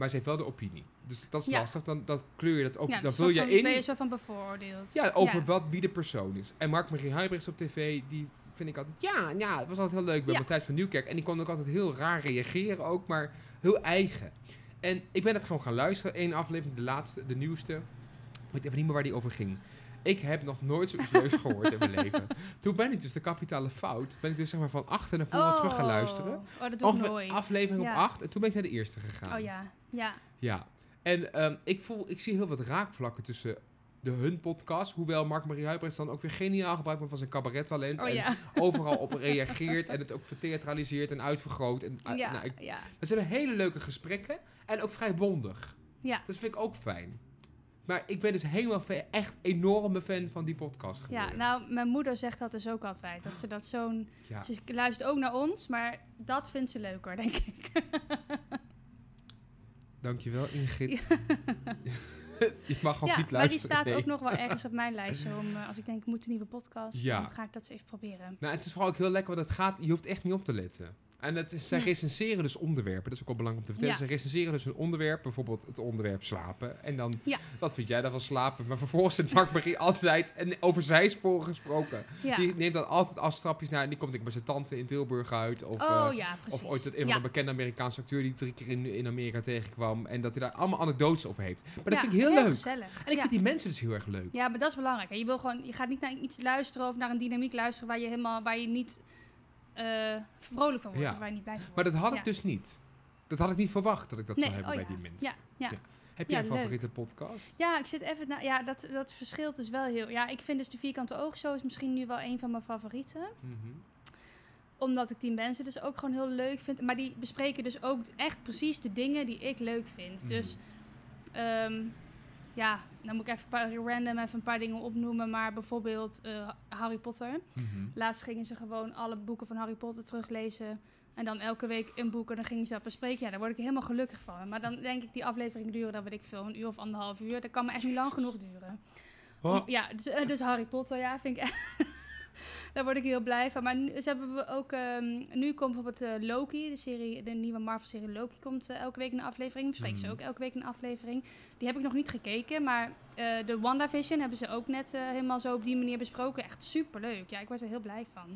Maar ze heeft wel de opinie. Dus dat is Ja. lastig. Dan dat kleur je dat ook. Ja, dan dus vul soort je van- in. ben je zo van bevooroordeeld. Ja, over Ja. wat wie de persoon is. En Mark-Marie Huibrechts op tv, die vind ik altijd... Ja, ja, het was altijd heel leuk bij Ja. Matthijs van Nieuwkerk. En die kon ook altijd heel raar reageren ook, maar heel eigen. En ik ben het gewoon gaan luisteren. Eén aflevering, de laatste, de nieuwste. Ik weet even niet meer waar die over ging. Ik heb nog nooit zoiets leuks gehoord in mijn leven. Toen ben ik dus de kapitale fout. Ben ik dus zeg maar van achter naar voren terug gaan luisteren. Oh, dat doe ik Ongeveer nooit. aflevering ja. op acht. En toen ben ik naar de eerste gegaan. Oh ja, ja. Ja. En ehm, ik voel, ik zie heel wat raakvlakken tussen de hun podcast. Hoewel Mark-Marie Huibrechts dan ook weer geniaal gebruik maakt van zijn cabarettalent. Oh en ja. overal op reageert. En het ook vertheatraliseert en uitvergroot. En, uh, Ja, nou, ik, ja. dat zijn hele leuke gesprekken. En ook vrij bondig. Ja. Dat vind ik ook fijn. Maar ik ben dus helemaal fan, echt enorme fan van die podcast geworden. Ja, nou, mijn moeder zegt dat dus ook altijd. Dat ze dat zo'n... Ja. Ze luistert ook naar ons, maar dat vindt ze leuker, denk ik. Dankjewel, Ingrid. Je mag gewoon Ja, niet luisteren. maar die staat nee. ook nog wel ergens op mijn lijstje. Om, uh, als ik denk, ik moet een nieuwe podcast, Ja. dan ga ik dat eens even proberen. Nou, het is vooral ook heel lekker, want het gaat, je hoeft echt niet op te letten. En het is, zij Nee. recenseren dus onderwerpen, dat is ook wel belangrijk om te vertellen. Ja. Zij recenseren dus een onderwerp, bijvoorbeeld het onderwerp slapen. En dan, Ja. wat vind jij dan van slapen? Maar vervolgens zit Mark-Marie altijd, en over zijsporen gesproken. Ja. Die neemt dan altijd afstapjes naar, en die komt ik bij zijn tante in Tilburg uit. Of, oh eh, ja, precies. Of ooit het een ja. van de bekende Amerikaanse acteur die drie keer in, in Amerika tegenkwam. En dat hij daar allemaal anekdotes over heeft. Maar dat Ja, vind ik heel, leuk. gezellig. En ik ja. vind die mensen dus heel erg leuk. Ja, maar dat is belangrijk. Hè. Je, wil gewoon, je gaat niet naar iets luisteren of naar een dynamiek luisteren waar je, helemaal, waar je niet uh, vrolijk van wordt Ja. of waar je niet blij van wordt. Maar dat had ja. ik dus niet. Dat had ik niet verwacht dat ik dat Nee, zou hebben oh bij ja. die mensen. Ja, ja. Ja. Heb Ja, jij een leuk. favoriete podcast? Ja, ik zit even... Na, ja, dat, dat verschilt dus wel heel... Ja, ik vind dus de Vierkante Oogshow is misschien nu wel een van mijn favorieten. Mhm. Omdat ik die mensen dus ook gewoon heel leuk vind. Maar die bespreken dus ook echt precies de dingen die ik leuk vind. Mhm. Dus... Um, ja, dan moet ik even een paar, random even een paar dingen opnoemen. Maar bijvoorbeeld uh, Harry Potter. Mhm. Laatst gingen ze gewoon alle boeken van Harry Potter teruglezen. En dan elke week een boek en dan gingen ze dat bespreken. Ja, daar word ik helemaal gelukkig van. Maar dan denk ik, die afleveringen duren, dan weet ik veel, een uur of anderhalf uur. Dat kan me echt niet lang genoeg duren. Oh. Om, ja, dus, uh, dus Harry Potter, ja, vind ik echt... Daar word ik heel blij van. Maar nu, ze hebben we ook... Um, nu komt bijvoorbeeld uh, Loki, de, serie, de nieuwe Marvel-serie Loki, komt uh, elke week een aflevering. Bespreken Mhm. ze ook elke week een aflevering. Die heb ik nog niet gekeken, maar uh, de WandaVision hebben ze ook net uh, helemaal zo op die manier besproken. Echt superleuk. Ja, ik word er heel blij van.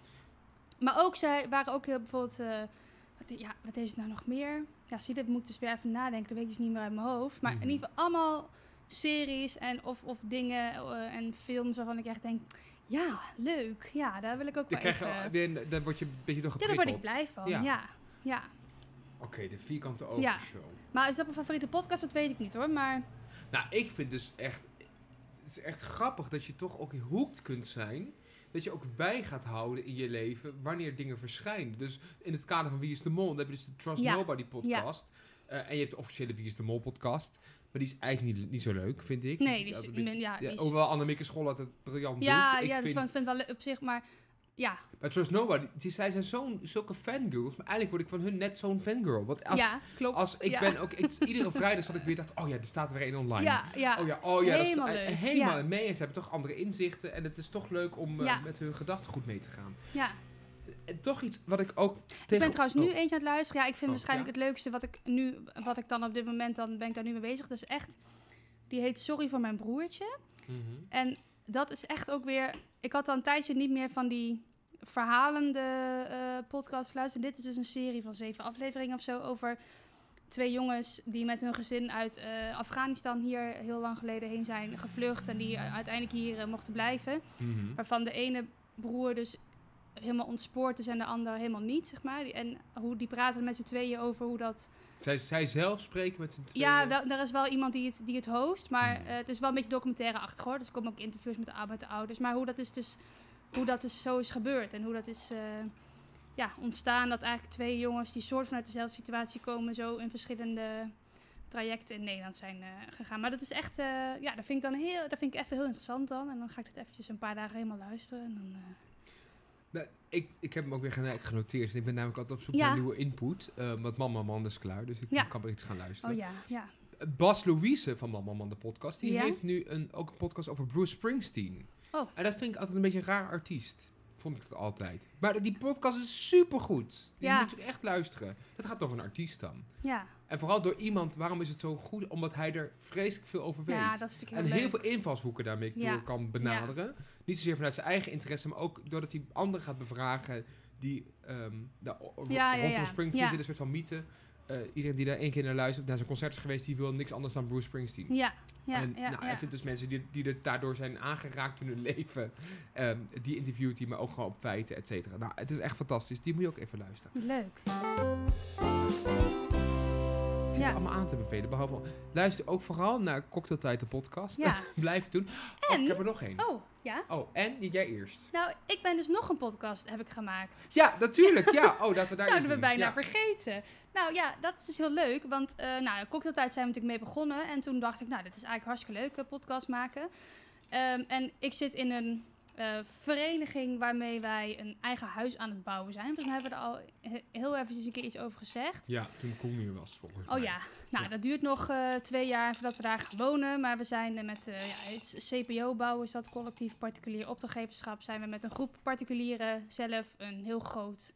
Maar ook, zij waren ook heel bijvoorbeeld... Uh, wat, ja, wat is het nou nog meer? Ja, zie, dat moet ik dus weer even nadenken. Dat weet ik dus niet meer uit mijn hoofd. Maar Mhm. in ieder geval allemaal series en of, of dingen uh, en films waarvan ik echt denk... Ja, leuk. Ja, daar wil ik ook Dan wel krijg even... je, dan- dan word je een beetje door Ja, daar geprikkeld. word ik blij van. Ja. Ja, ja. Oké, de vierkante Ja. oogshow. Maar is dat mijn favoriete podcast? Dat weet ik niet hoor. Maar Nou, ik vind dus echt... Het is echt grappig dat je toch ook hooked kunt zijn. Dat je ook bij gaat houden in je leven wanneer dingen verschijnen. Dus in het kader van Wie is de Mol, dan heb je dus de Trust Ja. Nobody podcast. Uh, en je hebt de officiële Wie is de Mol podcast. Maar die is eigenlijk niet, niet zo leuk, vind ik. nee, die is... Ja, een beetje- Ja, die ja, is- hoewel Annemieke Scholl het briljant ja, doet. Ik ja dus vind, ik vind het wel leuk op zich, maar... Ja, bij Trust Nobody, die, zij zijn zo'n, zulke fangirls. Maar eigenlijk word ik van hun net zo'n fangirl. Want als, ja klopt. als ik ja. ben ook... Ik, iedere vrijdag zat ik weer dacht, oh ja, er staat er weer één online. Ja, ja. Oh ja, oh ja, Helemaal dat is leuk, helemaal ja. mee. En ze hebben toch andere inzichten. En het is toch leuk om uh, Ja. met hun gedachten goed mee te gaan. ja. En toch iets wat ik ook tegen... Ik ben trouwens nu oh. eentje aan het luisteren. Ja, ik vind Oh, waarschijnlijk ja? het leukste wat ik nu... Wat ik dan op dit moment... Dan ben ik daar nu mee bezig. Dat is echt... Die heet Sorry voor mijn broertje. Mhm. En dat is echt ook weer... Ik had al een tijdje niet meer van die verhalende uh, podcast luisteren. Dit is dus een serie van zeven afleveringen of zo over twee jongens die met hun gezin uit uh, Afghanistan hier heel lang geleden heen zijn gevlucht en die uh, uiteindelijk hier uh, mochten blijven. Mhm. Waarvan de ene broer dus helemaal ontspoord is en de ander helemaal niet, zeg maar. Die, en hoe die praten met z'n tweeën over hoe dat... Zij, zij zelf spreken met z'n tweeën? Ja, da- daar is wel iemand die het, die het host, maar Hmm. uh, het is wel een beetje documentaire-achtig hoor. Dus er komen ook interviews met de, met de ouders. Maar hoe dat is dus, hoe dat dus zo is gebeurd en hoe dat is uh, ja, ontstaan, dat eigenlijk twee jongens die soort vanuit dezelfde situatie komen, zo in verschillende trajecten in Nederland zijn uh, gegaan. Maar dat is echt, uh, ja, dat vind ik dan heel, dat vind ik even heel interessant dan. En dan ga ik het eventjes een paar dagen helemaal luisteren en dan... Uh, Nou, ik, ik heb hem ook weer geno- genoteerd. Ik ben namelijk altijd op zoek Ja. naar nieuwe input. Uh, want Mama Man is klaar, dus ik Ja. kan weer iets gaan luisteren. oh ja, ja. Bas Louise van Mama Man, de podcast, die Ja? heeft nu een, ook een podcast over Bruce Springsteen. Oh. En dat vind ik altijd een beetje een raar artiest. vond ik het altijd. Maar die podcast is supergoed. Die Ja. moet je echt luisteren. Dat gaat over een artiest dan. Ja. En vooral door iemand, waarom is het zo goed? Omdat hij er vreselijk veel over weet. ja, dat is natuurlijk En heel heel leuk. veel invalshoeken daarmee Ja. door kan benaderen. Niet zozeer vanuit zijn eigen interesse, maar ook doordat hij anderen gaat bevragen die um, de, ro- Ja, ja, rondom ja. Springsteen Ja. zit een soort van mythe. Uh, iedereen die daar één keer naar luistert, naar zijn concert is geweest, die wil niks anders dan Bruce Springsteen. Ja, ja, en ja. nou, ja. hij vindt dus mensen die, die er daardoor zijn aangeraakt in hun leven. Um, die interviewt hij, maar ook gewoon op feiten, et cetera. Nou, het is echt fantastisch. Die moet je ook even luisteren. Leuk. Ik zit Ja. het allemaal aan te bevelen. Behalve, luister ook vooral naar Cocktailtijd, de podcast. Ja. Blijf het doen. En- Oh, ik heb er nog één. Oh, ja? Oh, en jij eerst. Nou, ik ben dus nog een podcast heb ik gemaakt. Ja, natuurlijk. Ja. Oh, dat we daar Zouden we eens doen. bijna Ja. vergeten. Nou ja, dat is dus heel leuk. Want uh, nou, Cocktailtijd zijn we natuurlijk mee begonnen. En toen dacht ik, nou, dit is eigenlijk hartstikke leuk, uh, podcast maken. Um, en ik zit in een uh, vereniging waarmee wij een eigen huis aan het bouwen zijn. Volgens mij hebben we er al he- heel eventjes een keer iets over gezegd. Ja, toen Koen hier was, volgens mij. Oh ja, nou Ja. dat duurt nog uh, twee jaar voordat we daar gaan wonen. Maar we zijn uh, met uh, ja, het C P O bouwen, is dat collectief particulier opdrachtgeverschap, zijn we met een groep particulieren zelf een heel groot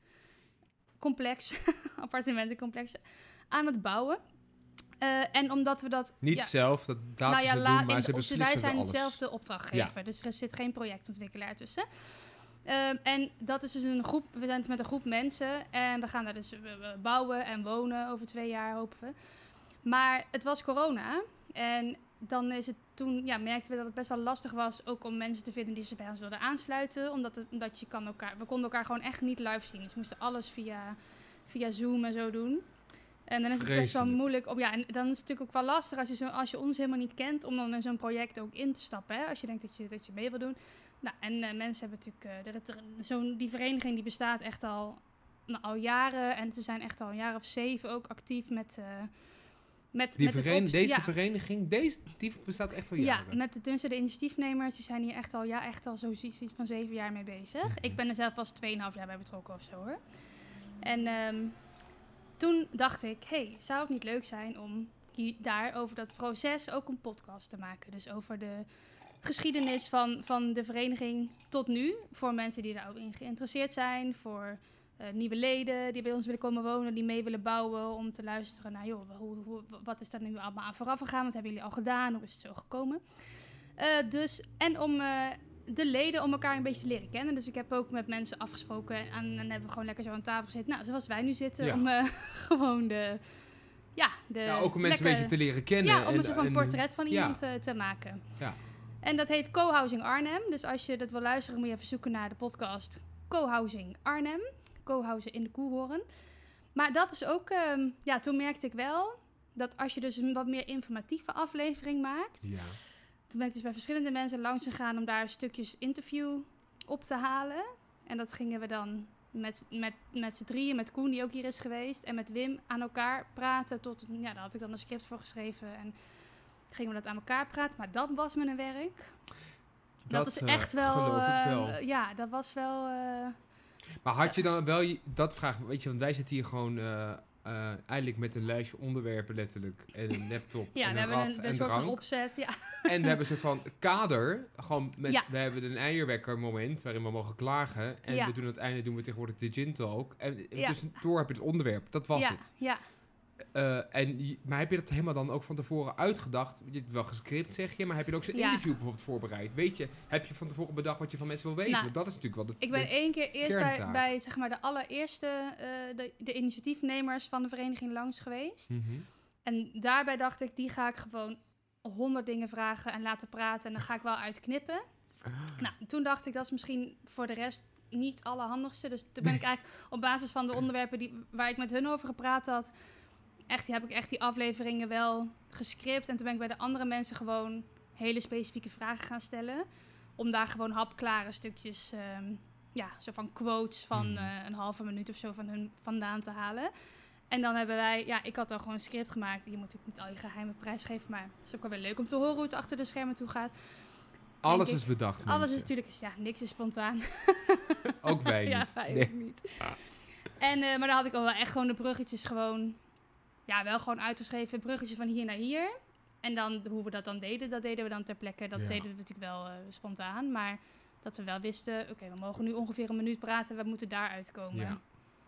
complex, appartementencomplex, aan het bouwen. Uh, en omdat we dat... Niet ja, zelf, dat laten nou ja, ze la- doen, maar in- ze of- beslissen wij zijn alles. zelf de opdrachtgever, dus er zit geen projectontwikkelaar tussen. Um, en dat is dus een groep, we zijn dus met een groep mensen en we gaan daar dus uh, bouwen en wonen over twee jaar, hopen we. Maar het was corona en dan is het toen, ja, merkten we dat het best wel lastig was ook om mensen te vinden die zich bij ons wilden aansluiten, omdat, het, omdat je kan elkaar, we konden elkaar gewoon echt niet live zien, dus we moesten alles via, via Zoom en zo doen. En dan is het best wel Vreselijk. moeilijk. Op, ja, en dan is het natuurlijk ook wel lastig als je, zo, als je ons helemaal niet kent, om dan in zo'n project ook in te stappen. Hè? Als je denkt dat je, dat je mee wil doen. Nou, en uh, mensen hebben natuurlijk... Uh, er, er, zo'n, die vereniging die bestaat echt al, nou, al jaren. En ze zijn echt al een jaar of zeven ook actief met... Uh, met, Die met het veren- opst- deze ja, vereniging, deze, die bestaat echt al ja, jaren. met de, tenminste de initiatiefnemers, die zijn hier echt al, ja, echt al zo zoiets van zeven jaar mee bezig. Mhm. Ik ben er zelf pas tweeënhalf jaar bij betrokken of zo hoor. En um, toen dacht ik, hey, zou het niet leuk zijn om hier, daar over dat proces ook een podcast te maken? Dus over de geschiedenis van, van de vereniging tot nu. Voor mensen die daar ook in geïnteresseerd zijn. Voor uh, nieuwe leden die bij ons willen komen wonen. Die mee willen bouwen. Om te luisteren naar, joh, hoe, hoe, wat is daar nu allemaal aan vooraf gegaan? Wat hebben jullie al gedaan? Hoe is het zo gekomen? Uh, dus, en om... Uh, de leden om elkaar een beetje te leren kennen. Dus ik heb ook met mensen afgesproken en, en dan hebben we gewoon lekker zo aan tafel gezeten. Nou, zoals wij nu zitten, Ja. om uh, gewoon de... Ja, de Ja, ook om mensen lekker, een beetje te leren kennen. Ja, om en, een soort van en- portret van ja. iemand uh, te maken. Ja. En dat heet Co-housing Arnhem. Dus als je dat wil luisteren, moet je even zoeken naar de podcast Co-housing Arnhem. Co-housing in de Koehoorn. Maar dat is ook... Um, ja, toen merkte ik wel dat als je dus een wat meer informatieve aflevering maakt... Ja. Toen ben ik dus bij verschillende mensen langs gegaan om daar stukjes interview op te halen. En dat gingen we dan met, met, met z'n drieën, met Koen die ook hier is geweest, en met Wim aan elkaar praten. Tot, ja, daar had ik dan een script voor geschreven en gingen we dat aan elkaar praten. Maar dat was me een werk. Dat, Dat, is eh, echt wel... geloof ik uh, wel. Ja, dat was wel... Uh, Maar had je dan wel, je- dat vraag weet je, want wij zitten hier gewoon uh, uh, eigenlijk met een lijstje onderwerpen letterlijk. En een laptop ja, en we een hebben rad een, een en soort drank. van opzet. Ja. En we hebben een soort van kader. Gewoon met, Ja. we hebben een eierwekker moment waarin we mogen klagen. En Ja. we doen aan het einde doen we tegenwoordig de gin talk. En Ja. tussendoor heb je het onderwerp. Dat was ja, het. ja. Uh, en, je- maar heb je dat helemaal dan ook van tevoren uitgedacht? Je hebt het wel gescript, zeg je, maar heb je ook zo'n Ja. interview bijvoorbeeld voorbereid? Weet je, heb je van tevoren bedacht wat je van mensen wil weten? Nou, Want dat is natuurlijk wel de... Ik ben de- één keer eerst bij, kerntaak. bij zeg maar, de allereerste, uh, de, de initiatiefnemers van de vereniging langs geweest. Mhm. En daarbij dacht ik, die ga ik gewoon honderd dingen vragen en laten praten. En dan ga ik wel uitknippen. Nou, toen dacht ik, dat is misschien voor de rest niet allerhandigste. Dus toen ben ik eigenlijk op basis van de onderwerpen die, waar ik met hun over gepraat had... Echt, heb ik echt die afleveringen wel gescript. En toen ben ik bij de andere mensen gewoon hele specifieke vragen gaan stellen. Om daar gewoon hapklare stukjes, um, ja, zo van quotes van Hmm. uh, een halve minuut of zo van hun vandaan te halen. En dan hebben wij, ja, ik had al gewoon een script gemaakt. Je moet natuurlijk niet al je geheime prijs geven, maar het is ook wel weer leuk om te horen hoe het achter de schermen toe gaat. Alles ik. is bedacht, Alles mensen. is natuurlijk, ja, niks is spontaan. Ook wij niet. Ja, wij Nee. ook niet. En, uh, maar dan had ik al wel echt gewoon de bruggetjes gewoon, ja, wel gewoon uitgeschreven. Bruggetje van hier naar hier. En dan hoe we dat dan deden, dat deden we dan ter plekke. Dat Ja. deden we natuurlijk wel uh, spontaan. Maar Dat we wel wisten, oké, we mogen nu ongeveer een minuut praten. We moeten daar uitkomen. Ja.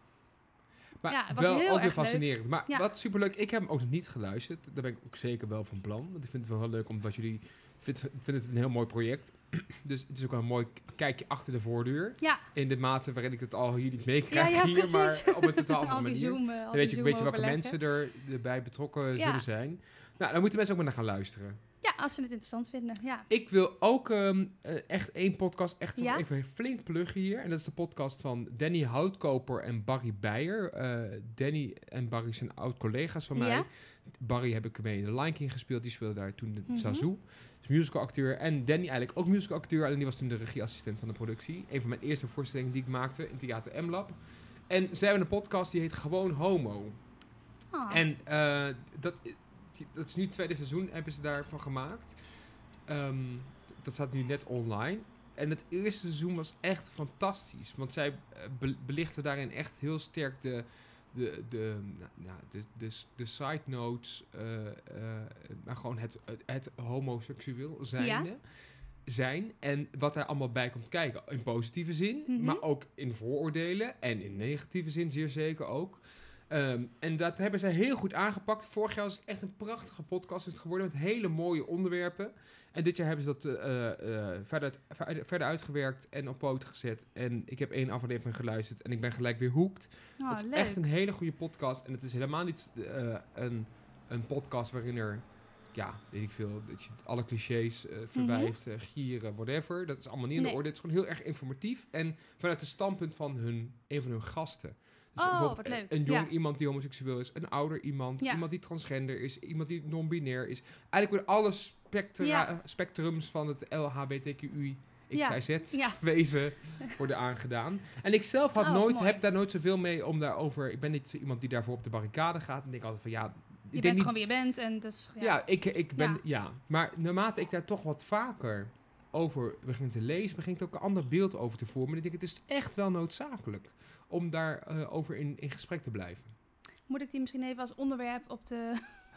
Maar Ja, het was wel heel ook weer erg fascinerend. Maar Ja. wat superleuk, ik heb hem ook nog niet geluisterd. Daar ben ik ook zeker wel van plan. Want ik vind het wel heel leuk, omdat jullie vind, vinden het een heel mooi project. Dus het is ook wel een mooi k- kijkje achter de voordeur. Ja, In de mate waarin ik het al hier niet meekrijg Ja, ja, hier, precies. maar op een totaal andere al die manier. Zoom, eh, al Dan die weet je ook een beetje welke Zoom-overleggen. mensen er, erbij betrokken Ja. zullen zijn. Nou, dan moeten mensen ook maar naar gaan luisteren. Ja, als ze het interessant vinden, ja. Ik wil ook ehm, eh, echt één podcast echt Ja? even flink pluggen hier. En dat is de podcast van Danny Houtkoper en Barry Beijer. Eh, Danny en Barry zijn oud-collega's van mij. Ja? Barry heb ik mee in The Lion King gespeeld. Die speelde daar toen de Mhm. Zazu. Is musicalacteur. En Danny eigenlijk ook musicalacteur. Alleen die was toen de regieassistent van de productie. Een van mijn eerste voorstellingen die ik maakte in Theater M-Lab. En zij hebben een podcast die heet Gewoon Homo. Ah. En eh, dat, die- dat is nu het tweede seizoen, hebben ze daarvan gemaakt. Ehm, dat staat nu net online. En het eerste seizoen was echt fantastisch. Want zij eh, be- belichten daarin echt heel sterk de, de, de, nou, nou, de, de, de side notes. eh, eh, maar gewoon het, het, het homoseksueel zijnde. Zijn en wat daar allemaal bij komt kijken. In positieve zin, Mhm. maar ook in vooroordelen. En in negatieve zin zeer zeker ook. Ehm, en dat hebben zij heel goed aangepakt. Vorig jaar was het echt een prachtige podcast is het geworden met hele mooie onderwerpen. En dit jaar hebben ze dat eh, eh, verder, uit- verder, verder uitgewerkt en op poten gezet. En ik heb één aflevering geluisterd en ik ben gelijk weer hooked. Oh, het is leuk. echt een hele goede podcast. En het is helemaal niet eh, een, een podcast waarin er, ja, weet ik veel, dat je alle clichés eh, verwijft, eh, gieren, whatever. Dat is allemaal niet in Nee. de orde. Het is gewoon heel erg informatief. En vanuit het standpunt van hun, een van hun gasten. Dus Oh, bijvoorbeeld wat leuk. Een jong Ja. iemand die homoseksueel is, een ouder iemand, Ja. iemand die transgender is, iemand die non-binair is. Eigenlijk worden alle spectra, Ja. spectrums van het L H B T Q I Ja. X Y Z Ja. wezen worden aangedaan. En ik zelf had Oh, nooit, mooi. heb daar nooit zoveel mee om daarover. Ik ben niet zo iemand die daarvoor op de barricade gaat. En denk altijd van ja. Je ik bent denk gewoon niet, wie je bent en dat is... Ja. ja, ik, ik ben. Ja. Ja. Maar naarmate ik daar toch wat vaker over begin te lezen, begint ook een ander beeld over te vormen. En ik denk, het is echt wel noodzakelijk om daarover over in, in gesprek te blijven. Moet ik die misschien even als onderwerp op de...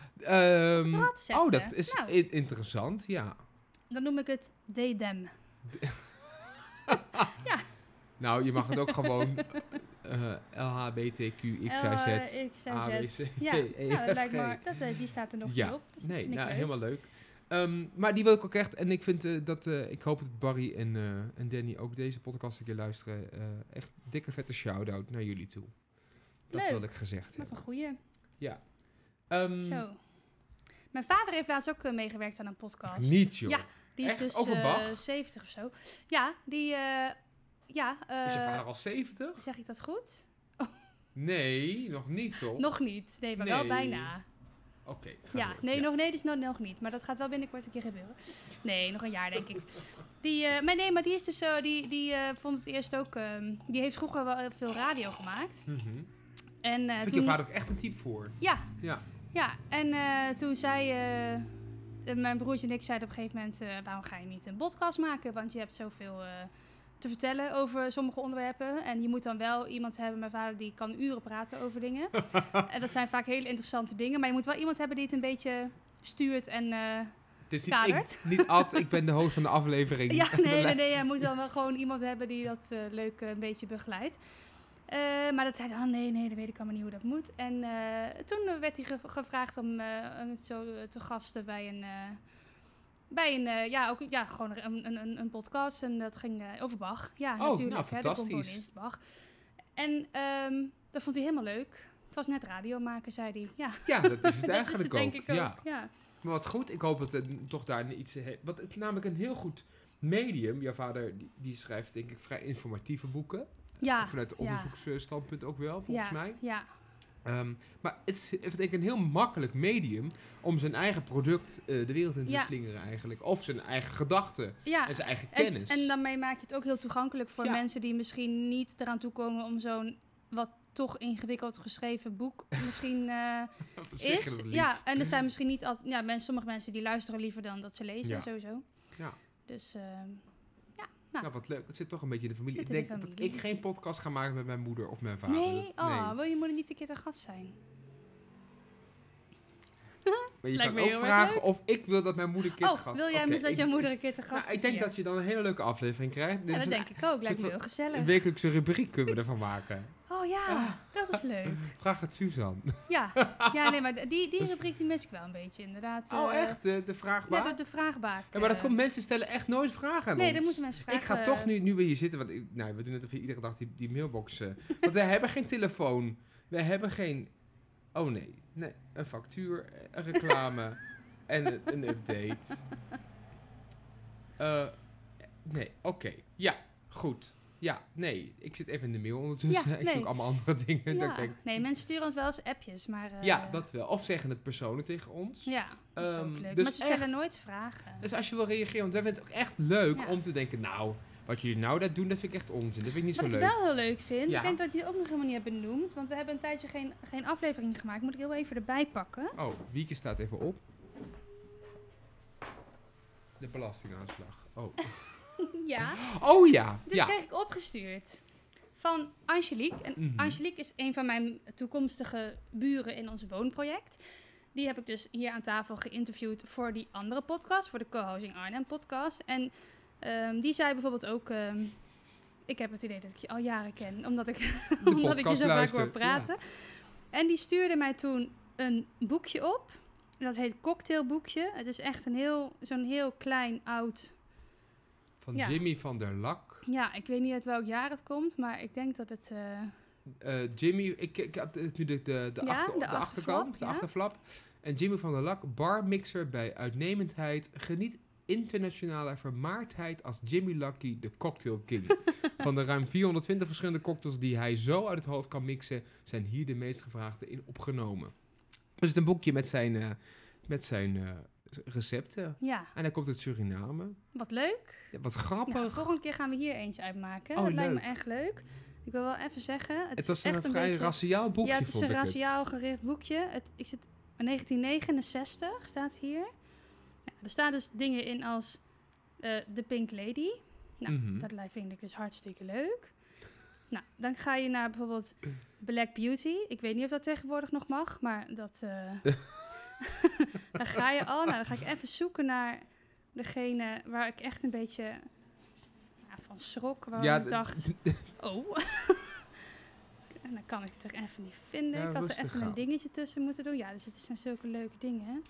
Ehm, rad zetten? oh, dat is Nou. i- interessant, ja. Dan noem ik het they them. Nou, je mag het ook gewoon eh L H B T Q X Y Z. Eh, X, Y, A, B, Z. C, Ja, D, E, nou, dat F, lijkt G. me, dat, eh, die staat er nog Ja. niet op. Dus dat Nee, vind ik nou, leuk. helemaal leuk. Ehm, maar die wil ik ook echt. En ik vind eh, dat eh, ik hoop dat Barry en, eh, en Danny ook deze podcast een keer luisteren. Eh, echt dikke vette shout-out naar jullie toe. Dat Leuk. wil ik gezegd Wat hebben. een goeie. Ja. Ehm, Zo. Mijn vader heeft laatst ook eh, meegewerkt aan een podcast. Niet joh. Ja, die is Echt? dus Over eh, Bach? zeventig of zo. Ja, die... eh, ja, eh, Is je vader al zeventig? zeg ik dat goed? Nee, nog niet toch? Nog niet. Nee, maar wel Nee. bijna. Oké. ga Ja, door. nee, Nog, nee, dus nog, nog niet. Maar dat gaat wel binnenkort een keer gebeuren. Nee, nog een jaar denk ik. Die, eh, maar nee, maar die is dus zo, die, die eh, vond het eerst ook, ehm, die heeft vroeger wel heel veel radio gemaakt. Mhm. En eh, Vind toen, je vader ook echt een type voor? ja, Ja. ja, en eh, toen zei, eh, eh, mijn broertje en ik zeiden op een gegeven moment, eh, waarom ga je niet een podcast maken? Want je hebt zoveel eh, te vertellen over sommige onderwerpen. En je moet dan wel iemand hebben, mijn vader, die kan uren praten over dingen. En dat zijn vaak hele interessante dingen. Maar je moet wel iemand hebben die het een beetje stuurt en... eh, Het is niet, Kadert. ik, niet Ad, ik ben de host van de aflevering. Ja, nee, nee, nee. Je moet dan wel gewoon iemand hebben die dat eh, leuk eh, een beetje begeleidt. Eh, maar dat zei hij, oh nee, nee, dat weet ik allemaal niet hoe dat moet. En eh, toen eh, werd hij ge- gevraagd om eh, zo eh, te gasten bij een, eh, bij een eh, ja, ook, ja, gewoon een, een, een, een podcast. En dat ging eh, over Bach. Ja, Oh, natuurlijk, nou, hè, de fantastisch. componist Bach. En ehm, dat vond hij helemaal leuk. Het was net radio maken, zei hij. Ja, Ja, dat is het dat is eigenlijk het denk ook. ik ook. Ja. Ja. Maar wat goed, ik hoop dat het toch daar iets... he- Want het is namelijk een heel goed medium. Jouw vader die, die schrijft denk ik vrij informatieve boeken. Ja, Vanuit de ja. onderzoeksstandpunt ook wel, volgens ja, mij. Ja, Ehm, maar het is denk ik een heel makkelijk medium om zijn eigen product eh, de wereld in te Ja. slingeren eigenlijk. Of zijn eigen gedachten ja. en zijn eigen En, kennis. en daarmee maak je het ook heel toegankelijk voor Ja. mensen die misschien niet eraan toekomen om zo'n wat toch ingewikkeld geschreven boek misschien eh, Wat zeg je is. dat lief. Ja, en er zijn misschien niet altijd, ja, mensen, sommige mensen die luisteren liever dan dat ze lezen, Ja. sowieso. Ja. Dus eh, Nou, wat leuk. Het zit toch een beetje in de familie. Zit Ik in de denk dat familie. ik geen podcast ga maken met mijn moeder of mijn vader. nee, oh, Nee. wil je moeder niet een keer te gast zijn? Maar je Lijkt kan me ook heel erg vragen leuk. of ik wil dat mijn moeder een keer te Oh, gast... wil jij Oké, mis dat ik- jouw moeder een keer te Nou, gast is ik denk hier? dat je dan een hele leuke aflevering krijgt. Ja, Dus dat een- denk ik ook. Lijkt me soort heel gezellig. Een wekelijkse rubriek kunnen we ervan maken. Oh ja, dat is leuk. Vraag het Suzanne. Ja, ja nee, maar die, die rubriek die mis ik wel een beetje, inderdaad. Oh, eh, echt? De, de vraagbaar? Ja, de, de vraagbaak. Ja, maar dat eh. komt, mensen stellen echt nooit vragen aan Nee, ons. dan moeten mensen vragen. Ik ga toch nu, nu we hier zitten, want ik, nou, we doen het of iedere dag die, die mailbox. eh, want we hebben geen telefoon. We hebben geen... Oh nee, nee. Een factuur, een reclame en een, een update. Eh, nee, oké. Ja, goed. Ja, nee. Ik zit even in de mail ondertussen. Ja, ik nee. zoek allemaal andere dingen. Dat Ja. ik denk, Nee, mensen sturen ons wel eens appjes, maar... eh, ja, dat wel. Of zeggen het personen tegen ons. Ja, dat is ook Ehm, leuk. dus maar ze stellen echt- nooit vragen. Dus als je wil reageren, want wij vinden het ook echt leuk Ja. om te denken, nou, wat jullie nou dat doen, dat vind ik echt onzin. Dat vind ik niet Wat zo ik leuk. wel heel leuk vind, Ja. ik denk dat ik die ook nog helemaal niet heb benoemd, want we hebben een tijdje geen, geen aflevering gemaakt. Moet ik heel even erbij pakken. Oh, Wieke staat even op. De belastingaanslag. Oh, Ja, oh ja. dit Ja. kreeg ik opgestuurd van Angelique. En Mhm. Angelique is een van mijn toekomstige buren in ons woonproject. Die heb ik dus hier aan tafel geïnterviewd voor die andere podcast, voor de Co-Housing Arnhem podcast. En ehm, die zei bijvoorbeeld ook... ehm, ik heb het idee dat ik je al jaren ken, omdat ik, De omdat ik je podcast zo vaak luistert, hoor praten. En die stuurde mij toen een boekje op. Dat heet Cocktailboekje. Het is echt een heel, zo'n heel klein, oud... Van Ja. Jimmy van der Lak. Ja, ik weet niet uit welk jaar het komt, maar ik denk dat het... eh, Eh, Jimmy, ik, ik heb het nu de, de, de, Ja, achter, de de achterflap, achterkant, de ja. achterflap. En Jimmy van der Lak, barmixer bij uitnemendheid, geniet internationale vermaardheid als Jimmy Lucky, de cocktail king. Van de ruim vierhonderdtwintig verschillende cocktails die hij zo uit het hoofd kan mixen, zijn hier de meest gevraagde in opgenomen. Dus het een boekje met zijn, eh, met zijn eh, recepten. ja, En hij komt uit Suriname. wat leuk. Ja, wat grappig. Nou, volgende keer gaan we hier eens uitmaken. Oh, dat lijkt me leuk. echt leuk. Ik wil wel even zeggen, het, het is was echt een een vrij beetje... raciaal boekje, ja, het is vond een ik het. raciaal gericht boekje. Het, ik zit negentien negenenzestig staat hier. Ja, er staan dus dingen in als eh de Pink Lady. Nou, Mhm. dat li- vind ik dus hartstikke leuk. Nou, dan ga je naar bijvoorbeeld Black Beauty. Ik weet niet of dat tegenwoordig nog mag, maar dat... eh dan ga je al. Nou, dan ga ik even zoeken naar degene waar ik echt een beetje ja, van schrok. Waar Ja, ik d- dacht, oh... En dan kan ik het toch even niet vinden. Ja, ik had er rustig even aan. een dingetje tussen moeten doen. Ja, er zitten zijn zulke leuke dingen.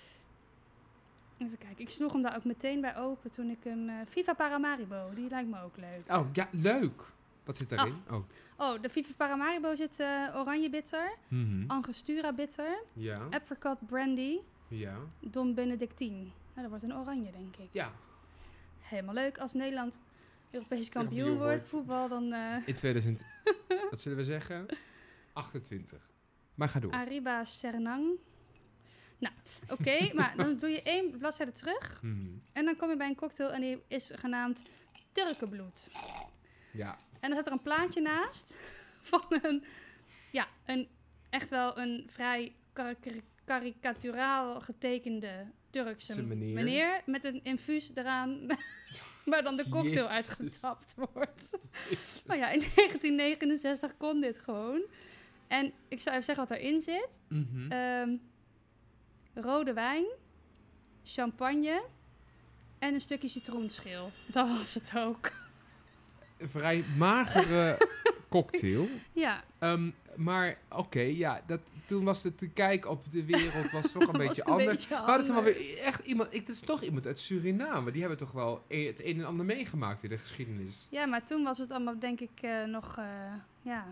Even kijken. Ik sloeg hem daar ook meteen bij open toen ik hem... eh, Viva Paramaribo, die lijkt me ook leuk. Oh, ja, leuk. Wat zit daarin? Oh. Oh, de Viva Paramaribo zit eh, oranje bitter, Mhm. Angostura bitter, Ja, apricot brandy, ja, Don Benedictine. Nou, dat wordt een oranje, denk ik. ja. Helemaal leuk. Als Nederland Europees kampioen Kampioen wordt, wordt. voetbal, dan... eh In tweeduizend, wat zullen we zeggen? achtentwintig. Maar ga door. Ariba Sernang. Nou, oké, maar dan doe je één bladzijde terug. Mhm. En dan kom je bij een cocktail en die is genaamd Turkenbloed. Ja, En dan zit er een plaatje naast van een, ja, een echt wel een vrij kar- karikaturaal getekende Turkse Zijn meneer. meneer. Met een infuus eraan waar dan de cocktail Jezus. uitgetapt wordt. Maar ja, in negentien negenenzestig kon dit gewoon. En ik zou even zeggen wat erin zit. Mhm. Ehm, rode wijn, champagne en een stukje citroenschil. Dat was het ook. Een vrij magere cocktail. Ja, Ehm, maar oké, ja, dat, toen was het te kijken op de wereld was toch een was beetje een anders. beetje Maar dat is wel anders. weer echt iemand, ik, dat is toch iemand uit Suriname. Die hebben toch wel e- het een en ander meegemaakt in de geschiedenis. Ja, maar toen was het allemaal denk ik eh, nog, eh, ja...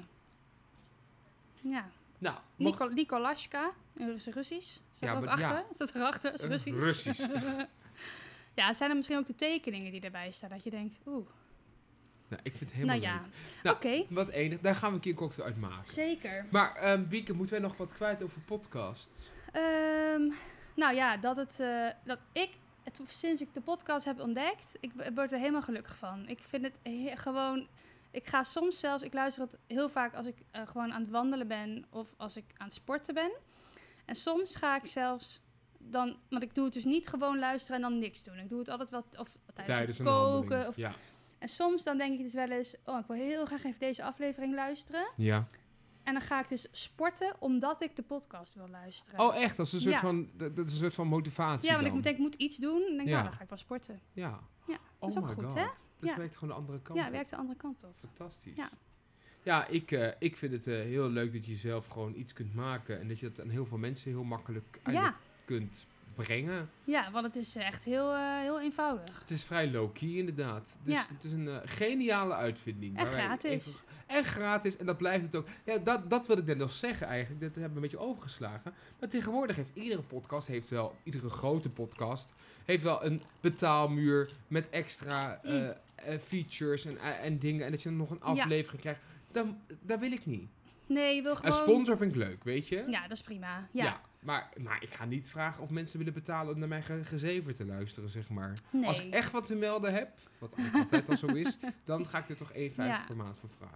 Ja, Nou, mocht, Nico, Nikolashka, is Russisch. Staat Ja, er ook maar- achter? ja. Staat erachter? Is Eh, Russisch. Russisch. Ja, het zijn er misschien ook de tekeningen die erbij staan. Dat je denkt, oeh, nou, ik vind het helemaal nou ja. leuk. Nou, Oké, Wat enig, daar gaan we een keer een cocktail uit maken. zeker. Maar ehm Wieke, moeten wij nog wat kwijt over podcasts? Ehm, nou ja, dat, het, eh, dat ik, het, sinds ik de podcast heb ontdekt, ik w- word er helemaal gelukkig van. Ik vind het he- gewoon, ik ga soms zelfs, ik luister het heel vaak als ik eh, gewoon aan het wandelen ben of als ik aan het sporten ben. En soms ga ik zelfs dan, want ik doe het dus niet gewoon luisteren en dan niks doen. Ik doe het altijd wel, t- of tijdens, Tijdens het een koken. handeling. Of, Ja. en soms dan denk ik dus wel eens, oh, ik wil heel graag even deze aflevering luisteren. Ja. En dan ga ik dus sporten omdat ik de podcast wil luisteren. Oh, echt? Dat is een soort, Ja. van, dat dat is een soort van motivatie ja, want ik dan. moet, denk, ik moet iets doen. En denk, Ja. nou, dan ga ik wel sporten. Ja. Ja, dat is Oh ook my goed, god. hè? Dus Ja. werkt gewoon de andere kant Ja, op. werkt de andere kant op. Fantastisch. Ja. Ja, ik, eh, ik vind het eh, heel leuk dat je zelf gewoon iets kunt maken. En dat je dat aan heel veel mensen heel makkelijk eigenlijk Ja. kunt brengen. ja, want het is echt heel, eh, heel eenvoudig. Het is vrij low-key inderdaad. Dus Ja. het is een eh, geniale uitvinding. En waar wij gratis. even- en gratis. En dat blijft het ook. Ja, dat, dat wil ik net nog zeggen eigenlijk. Dat hebben we een beetje overgeslagen. Maar tegenwoordig heeft iedere podcast, heeft wel, iedere grote podcast, heeft wel een betaalmuur met extra eh, Mm. eh, features en, eh, en dingen. En dat je dan nog een Ja. aflevering krijgt. Dan, dat wil ik niet. Nee, je wil Een gewoon... sponsor vind ik leuk, weet je? Ja, dat is prima. Ja. maar, maar ik ga niet vragen of mensen willen betalen om naar mijn ge- gezever te luisteren, zeg maar. Nee. Als ik echt wat te melden heb, wat eigenlijk altijd al zo is, dan ga ik er toch één vijftig Ja. per maand voor vragen.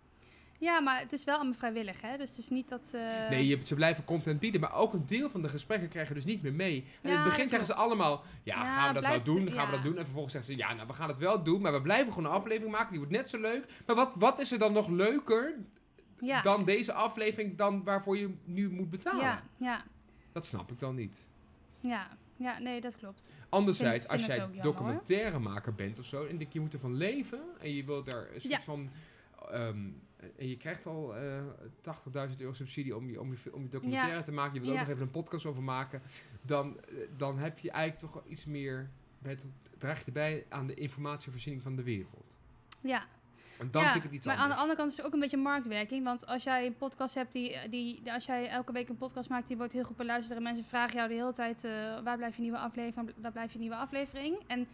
Ja, maar het is wel allemaal vrijwillig, hè? Dus het is niet dat... eh, Nee, je, ze blijven content bieden, maar ook een deel van de gesprekken krijg je dus niet meer mee. En in Ja, het begin dat zeggen ze klopt. allemaal, ja, Ja, gaan we dat blijft- nou doen, gaan ja. we dat doen? En vervolgens zeggen ze, ja, nou, we gaan het wel doen, maar we blijven gewoon een aflevering maken, die wordt net zo leuk. Maar wat, wat is er dan nog leuker ja. dan deze aflevering, dan waarvoor je nu moet betalen? Ja, ja, Dat snap ik dan niet. ja. Ja, nee, dat klopt. Anderzijds, Vind- als vind het jij ook jammer, documentairemaker bent of zo, en je moet ervan leven, en je wilt daar een soort Ja. van... ehm, en je krijgt al eh tachtigduizend euro subsidie om je, om je, om je documentaire Ja. te maken, je wil ook Ja. nog even een podcast over maken, dan, eh, dan heb je eigenlijk toch wel iets meer, bij het, draag je erbij aan de informatievoorziening van de wereld. Ja. En dan ja, vind ik het iets maar anders. aan de andere kant is het ook een beetje marktwerking. Want als jij een podcast hebt, die, die, als jij elke week een podcast maakt, die wordt heel goed beluisterd. En mensen vragen jou de hele tijd, uh, waar blijft je nieuwe aflevering? Waar blijft je nieuwe aflevering? En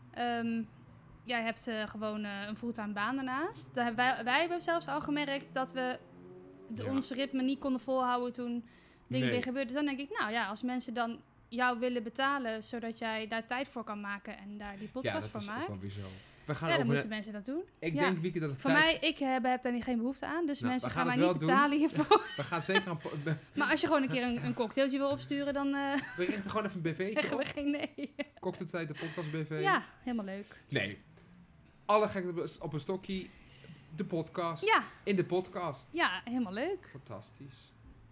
um, jij hebt uh, gewoon uh, een fulltime baan daarnaast. Daar hebben wij, wij hebben zelfs al gemerkt dat we de, Ja. ons ritme niet konden volhouden toen dingen Nee. weer gebeurden. Dus dan denk ik, nou ja, als mensen dan jou willen betalen, zodat jij daar tijd voor kan maken en daar die ja, podcast dat voor is ook maakt. wel weer zo. We gaan Ja, dan over moeten mensen dat doen. ik ja. denk, Wieke, dat het Voor tijd... mij, ik heb, heb daar niet, geen behoefte aan. Dus Nou, mensen we gaan gaan mij het niet wel doen. betalen hiervoor. We gaan zeker aan... po- Maar als je gewoon een keer een, een cocktailtje wil opsturen, dan uh, We richten gewoon even een BV'tje zeggen we op. geen nee. Cocktailtijd, de podcast B V. Ja, helemaal leuk. Nee. Alle gekte op een stokje. De podcast. Ja, In de podcast. ja, helemaal leuk. Fantastisch.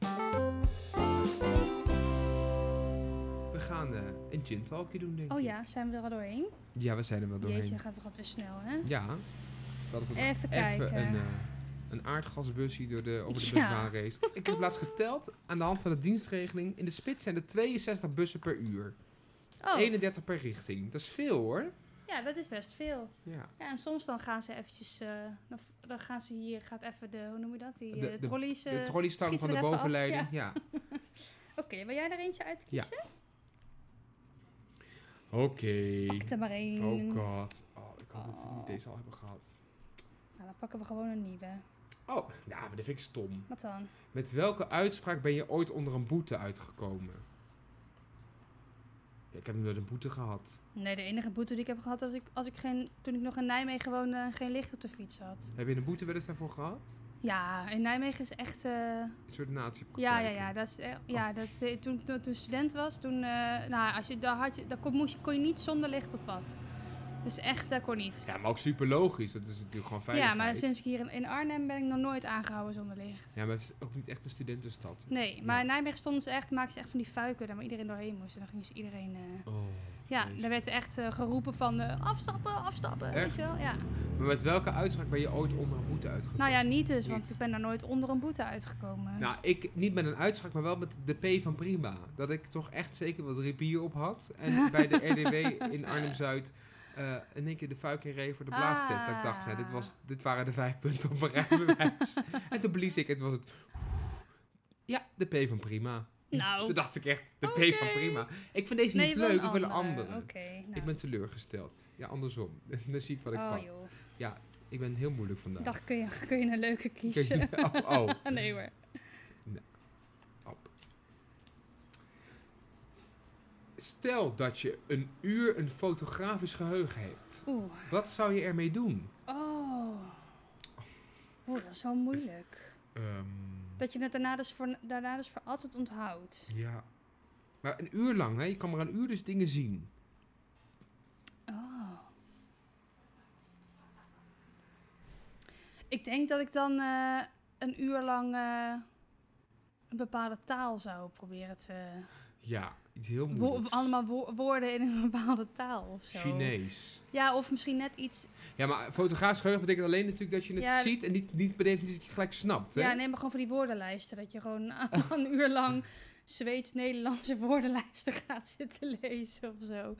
We gaan uh, een gin talkje doen, denk ik. Oh ja, zijn we er al doorheen? Ja, we zijn er wel doorheen. Jeetje, gaat toch wat weer snel, hè? Ja. We hadden Even even kijken. een, uh, een aardgasbusje door de, over de Ja. busbaan race. Ik heb laatst geteld. Aan de hand van de dienstregeling. In de spits zijn er tweeënzestig bussen per uur. Oh, eenendertig per richting. Dat is veel, hoor. ja, dat is best veel. Ja. Ja, en soms dan gaan ze eventjes, uh, dan, dan gaan ze hier, gaat even de, hoe noem je dat? Die De- uh, de- trolleys. De uh, trolleystang schieten van de er even af, bovenleiding. ja. Ja. Oké, okay, wil jij er eentje uitkiezen? Oké. Okay. Pak er maar één. Oh god. Oh, ik hoop dat we Oh. niet deze al hebben gehad. Nou, dan pakken we gewoon een nieuwe. Oh, ja, maar dat vind ik stom. Wat dan? Met welke uitspraak ben je ooit onder een boete uitgekomen? Ja, ik heb nooit een boete gehad. Nee, de enige boete die ik heb gehad als ik, als ik geen, toen ik nog in Nijmegen woonde en geen licht op de fiets had. Heb je een boete wel eens daarvoor gehad? Ja, in Nijmegen is echt... Uh, Een soort natiepraktijk. ja, ja, ja. Dat is, eh, ja dat is, eh, toen ik toen student was, toen... Uh, nou, als je, daar, had je, daar kon, moest je, kon je niet zonder licht op pad. Dus echt, dat kon niet. Ja, maar ook super logisch. Dat is natuurlijk gewoon veiligheid. Ja, maar sinds ik hier in, in Arnhem ben ik nog nooit aangehouden zonder licht. Ja, maar het is ook niet echt een studentenstad. Nee, maar Ja. in Nijmegen stonden ze echt, maakten ze echt van die fuiken daar waar iedereen doorheen moest. En dan gingen ze iedereen... Uh, Oh, ja, vreselijk. daar werd echt uh, geroepen van uh, afstappen, afstappen, Echt? weet je wel. Ja. Maar met welke uitspraak ben je ooit onder een boete uitgekomen? Nou ja, niet dus, Niet. want ik ben daar nooit onder een boete uitgekomen. Nou, ik niet met een uitspraak, maar wel met de P van prima. Dat ik toch echt zeker wat ripier op had. En bij de R D W in Arnhem-Zuid uh, in één keer de fuik in reed voor de blaastest. Dat ik dacht, nou, dit, was, dit waren de vijf punten op mijn rijbewijs. En toen blies ik, het was het... Ja, de P van prima. Nou. Toen dacht ik echt, de Oké. P van prima. Ik vind deze Nee, niet je wil leuk, een ik wil een andere. andere. Oké, nou. Ik ben teleurgesteld. Ja, andersom. Dan zie ik wat ik Oh pak. joh. Ja, ik ben heel moeilijk vandaag. Ik dacht, kun je, kun je een leuke kiezen? oh, oh. nee hoor. Op. Stel dat je een uur een fotografisch geheugen hebt. Oeh. Wat zou je ermee doen? Oh. Oeh, dat is wel moeilijk. Ehm, Dat je het daarna dus voor, daarna dus voor altijd onthoudt. ja. Maar een uur lang, hè? Je kan maar een uur dus dingen zien. Oh. Ik denk dat ik dan uh, een uur lang uh, een bepaalde taal zou proberen te... Ja, iets heel Wo- moeilijks. allemaal wo- woorden in een bepaalde taal of zo. Chinees. Ja, of misschien net iets... Ja, maar fotografisch geheugen betekent alleen natuurlijk dat je het Ja, ziet en niet, niet betekent dat je het gelijk snapt. Hè? Ja, neem maar gewoon van die woordenlijsten. Dat je gewoon een uur lang Zweeds-Nederlandse woordenlijsten gaat zitten lezen of zo.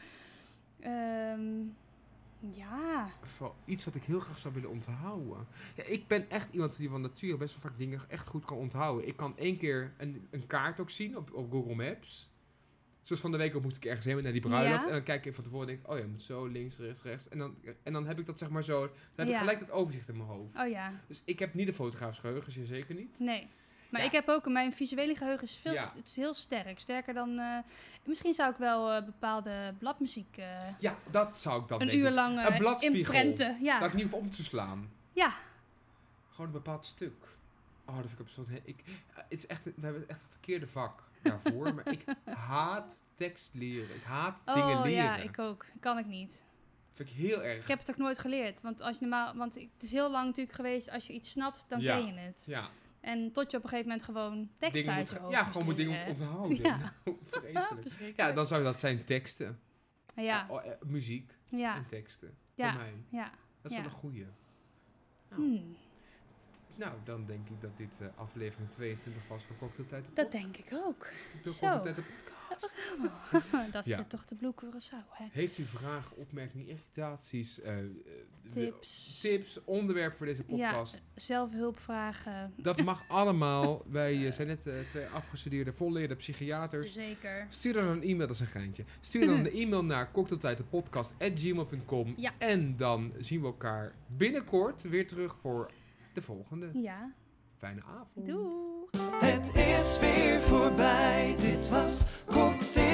Um, ja. Voor iets wat ik heel graag zou willen onthouden. Ja, ik ben echt iemand die van nature best wel vaak dingen echt goed kan onthouden. Ik kan één keer een, een kaart ook zien op, op Google Maps. Zoals van de week ook moest ik ergens heen naar die bruiloft. Ja. En dan kijk ik van tevoren en denk ik, oh ja, je moet zo, links, rechts, rechts. En dan, en dan heb ik dat zeg maar zo, dan heb Ja. ik gelijk dat overzicht in mijn hoofd. Oh ja. Dus ik heb niet een fotografisch geheugen, zeer zeker niet. Nee. Maar Ja. ik heb ook, mijn visuele geheugen is, veel, Ja. st- het is heel sterk. Sterker dan, uh, misschien zou ik wel uh, bepaalde bladmuziek uh, Ja, dat zou ik dan een denk uur ik. lang uh, Een bladspiegel. inprenten. Ja. Dat ik niet hoef om te slaan. Ja. Gewoon een bepaald stuk. Oh, dat vind ik op zo'n... he- Ik, het is echt, we hebben echt een verkeerde vak daarvoor. Maar ik haat tekst leren. Ik haat Oh dingen leren. ja, ik ook. Kan ik niet. Vind ik heel erg. Ik heb het ook nooit geleerd. Want, als je normaal, want het is heel lang natuurlijk geweest, als je iets snapt, dan Ja. ken je het. Ja, En tot je op een gegeven moment gewoon tekst dingen uit moet, je hoofd ja, moest gewoon moet dingen leren. moet onthouden. Ja. Nou, vreselijk. Verschrikkelijk. Ja, dan zou dat zijn teksten. Ja, Oh, eh, muziek ja, en teksten. Ja. Voor mij. ja. Dat is Ja. wel een goeie. Nou, Hmm, nou, dan denk ik dat dit uh, aflevering tweeëntwintig was van Cocktailtijd. de dat Pod- denk ik ook. de Zo. Cocktailtijd de Podcast. Dat is Ja. de- toch de Blue Curaçao, hè? Heeft u vragen, opmerkingen, irritaties, uh, uh, Tips. tips, onderwerpen voor deze podcast? Ja, zelfhulpvragen. Dat mag allemaal. Wij uh, zijn net uh, twee afgestudeerde, volleerde psychiaters. Zeker. Stuur dan een e-mail, dat is een geintje. Stuur dan een e-mail naar cocktailtijdepodcast at gmail punt com. Ja. En dan zien we elkaar binnenkort weer terug voor de volgende. Ja, Fijne avond. doei. Het is weer voorbij, dit was Cocktail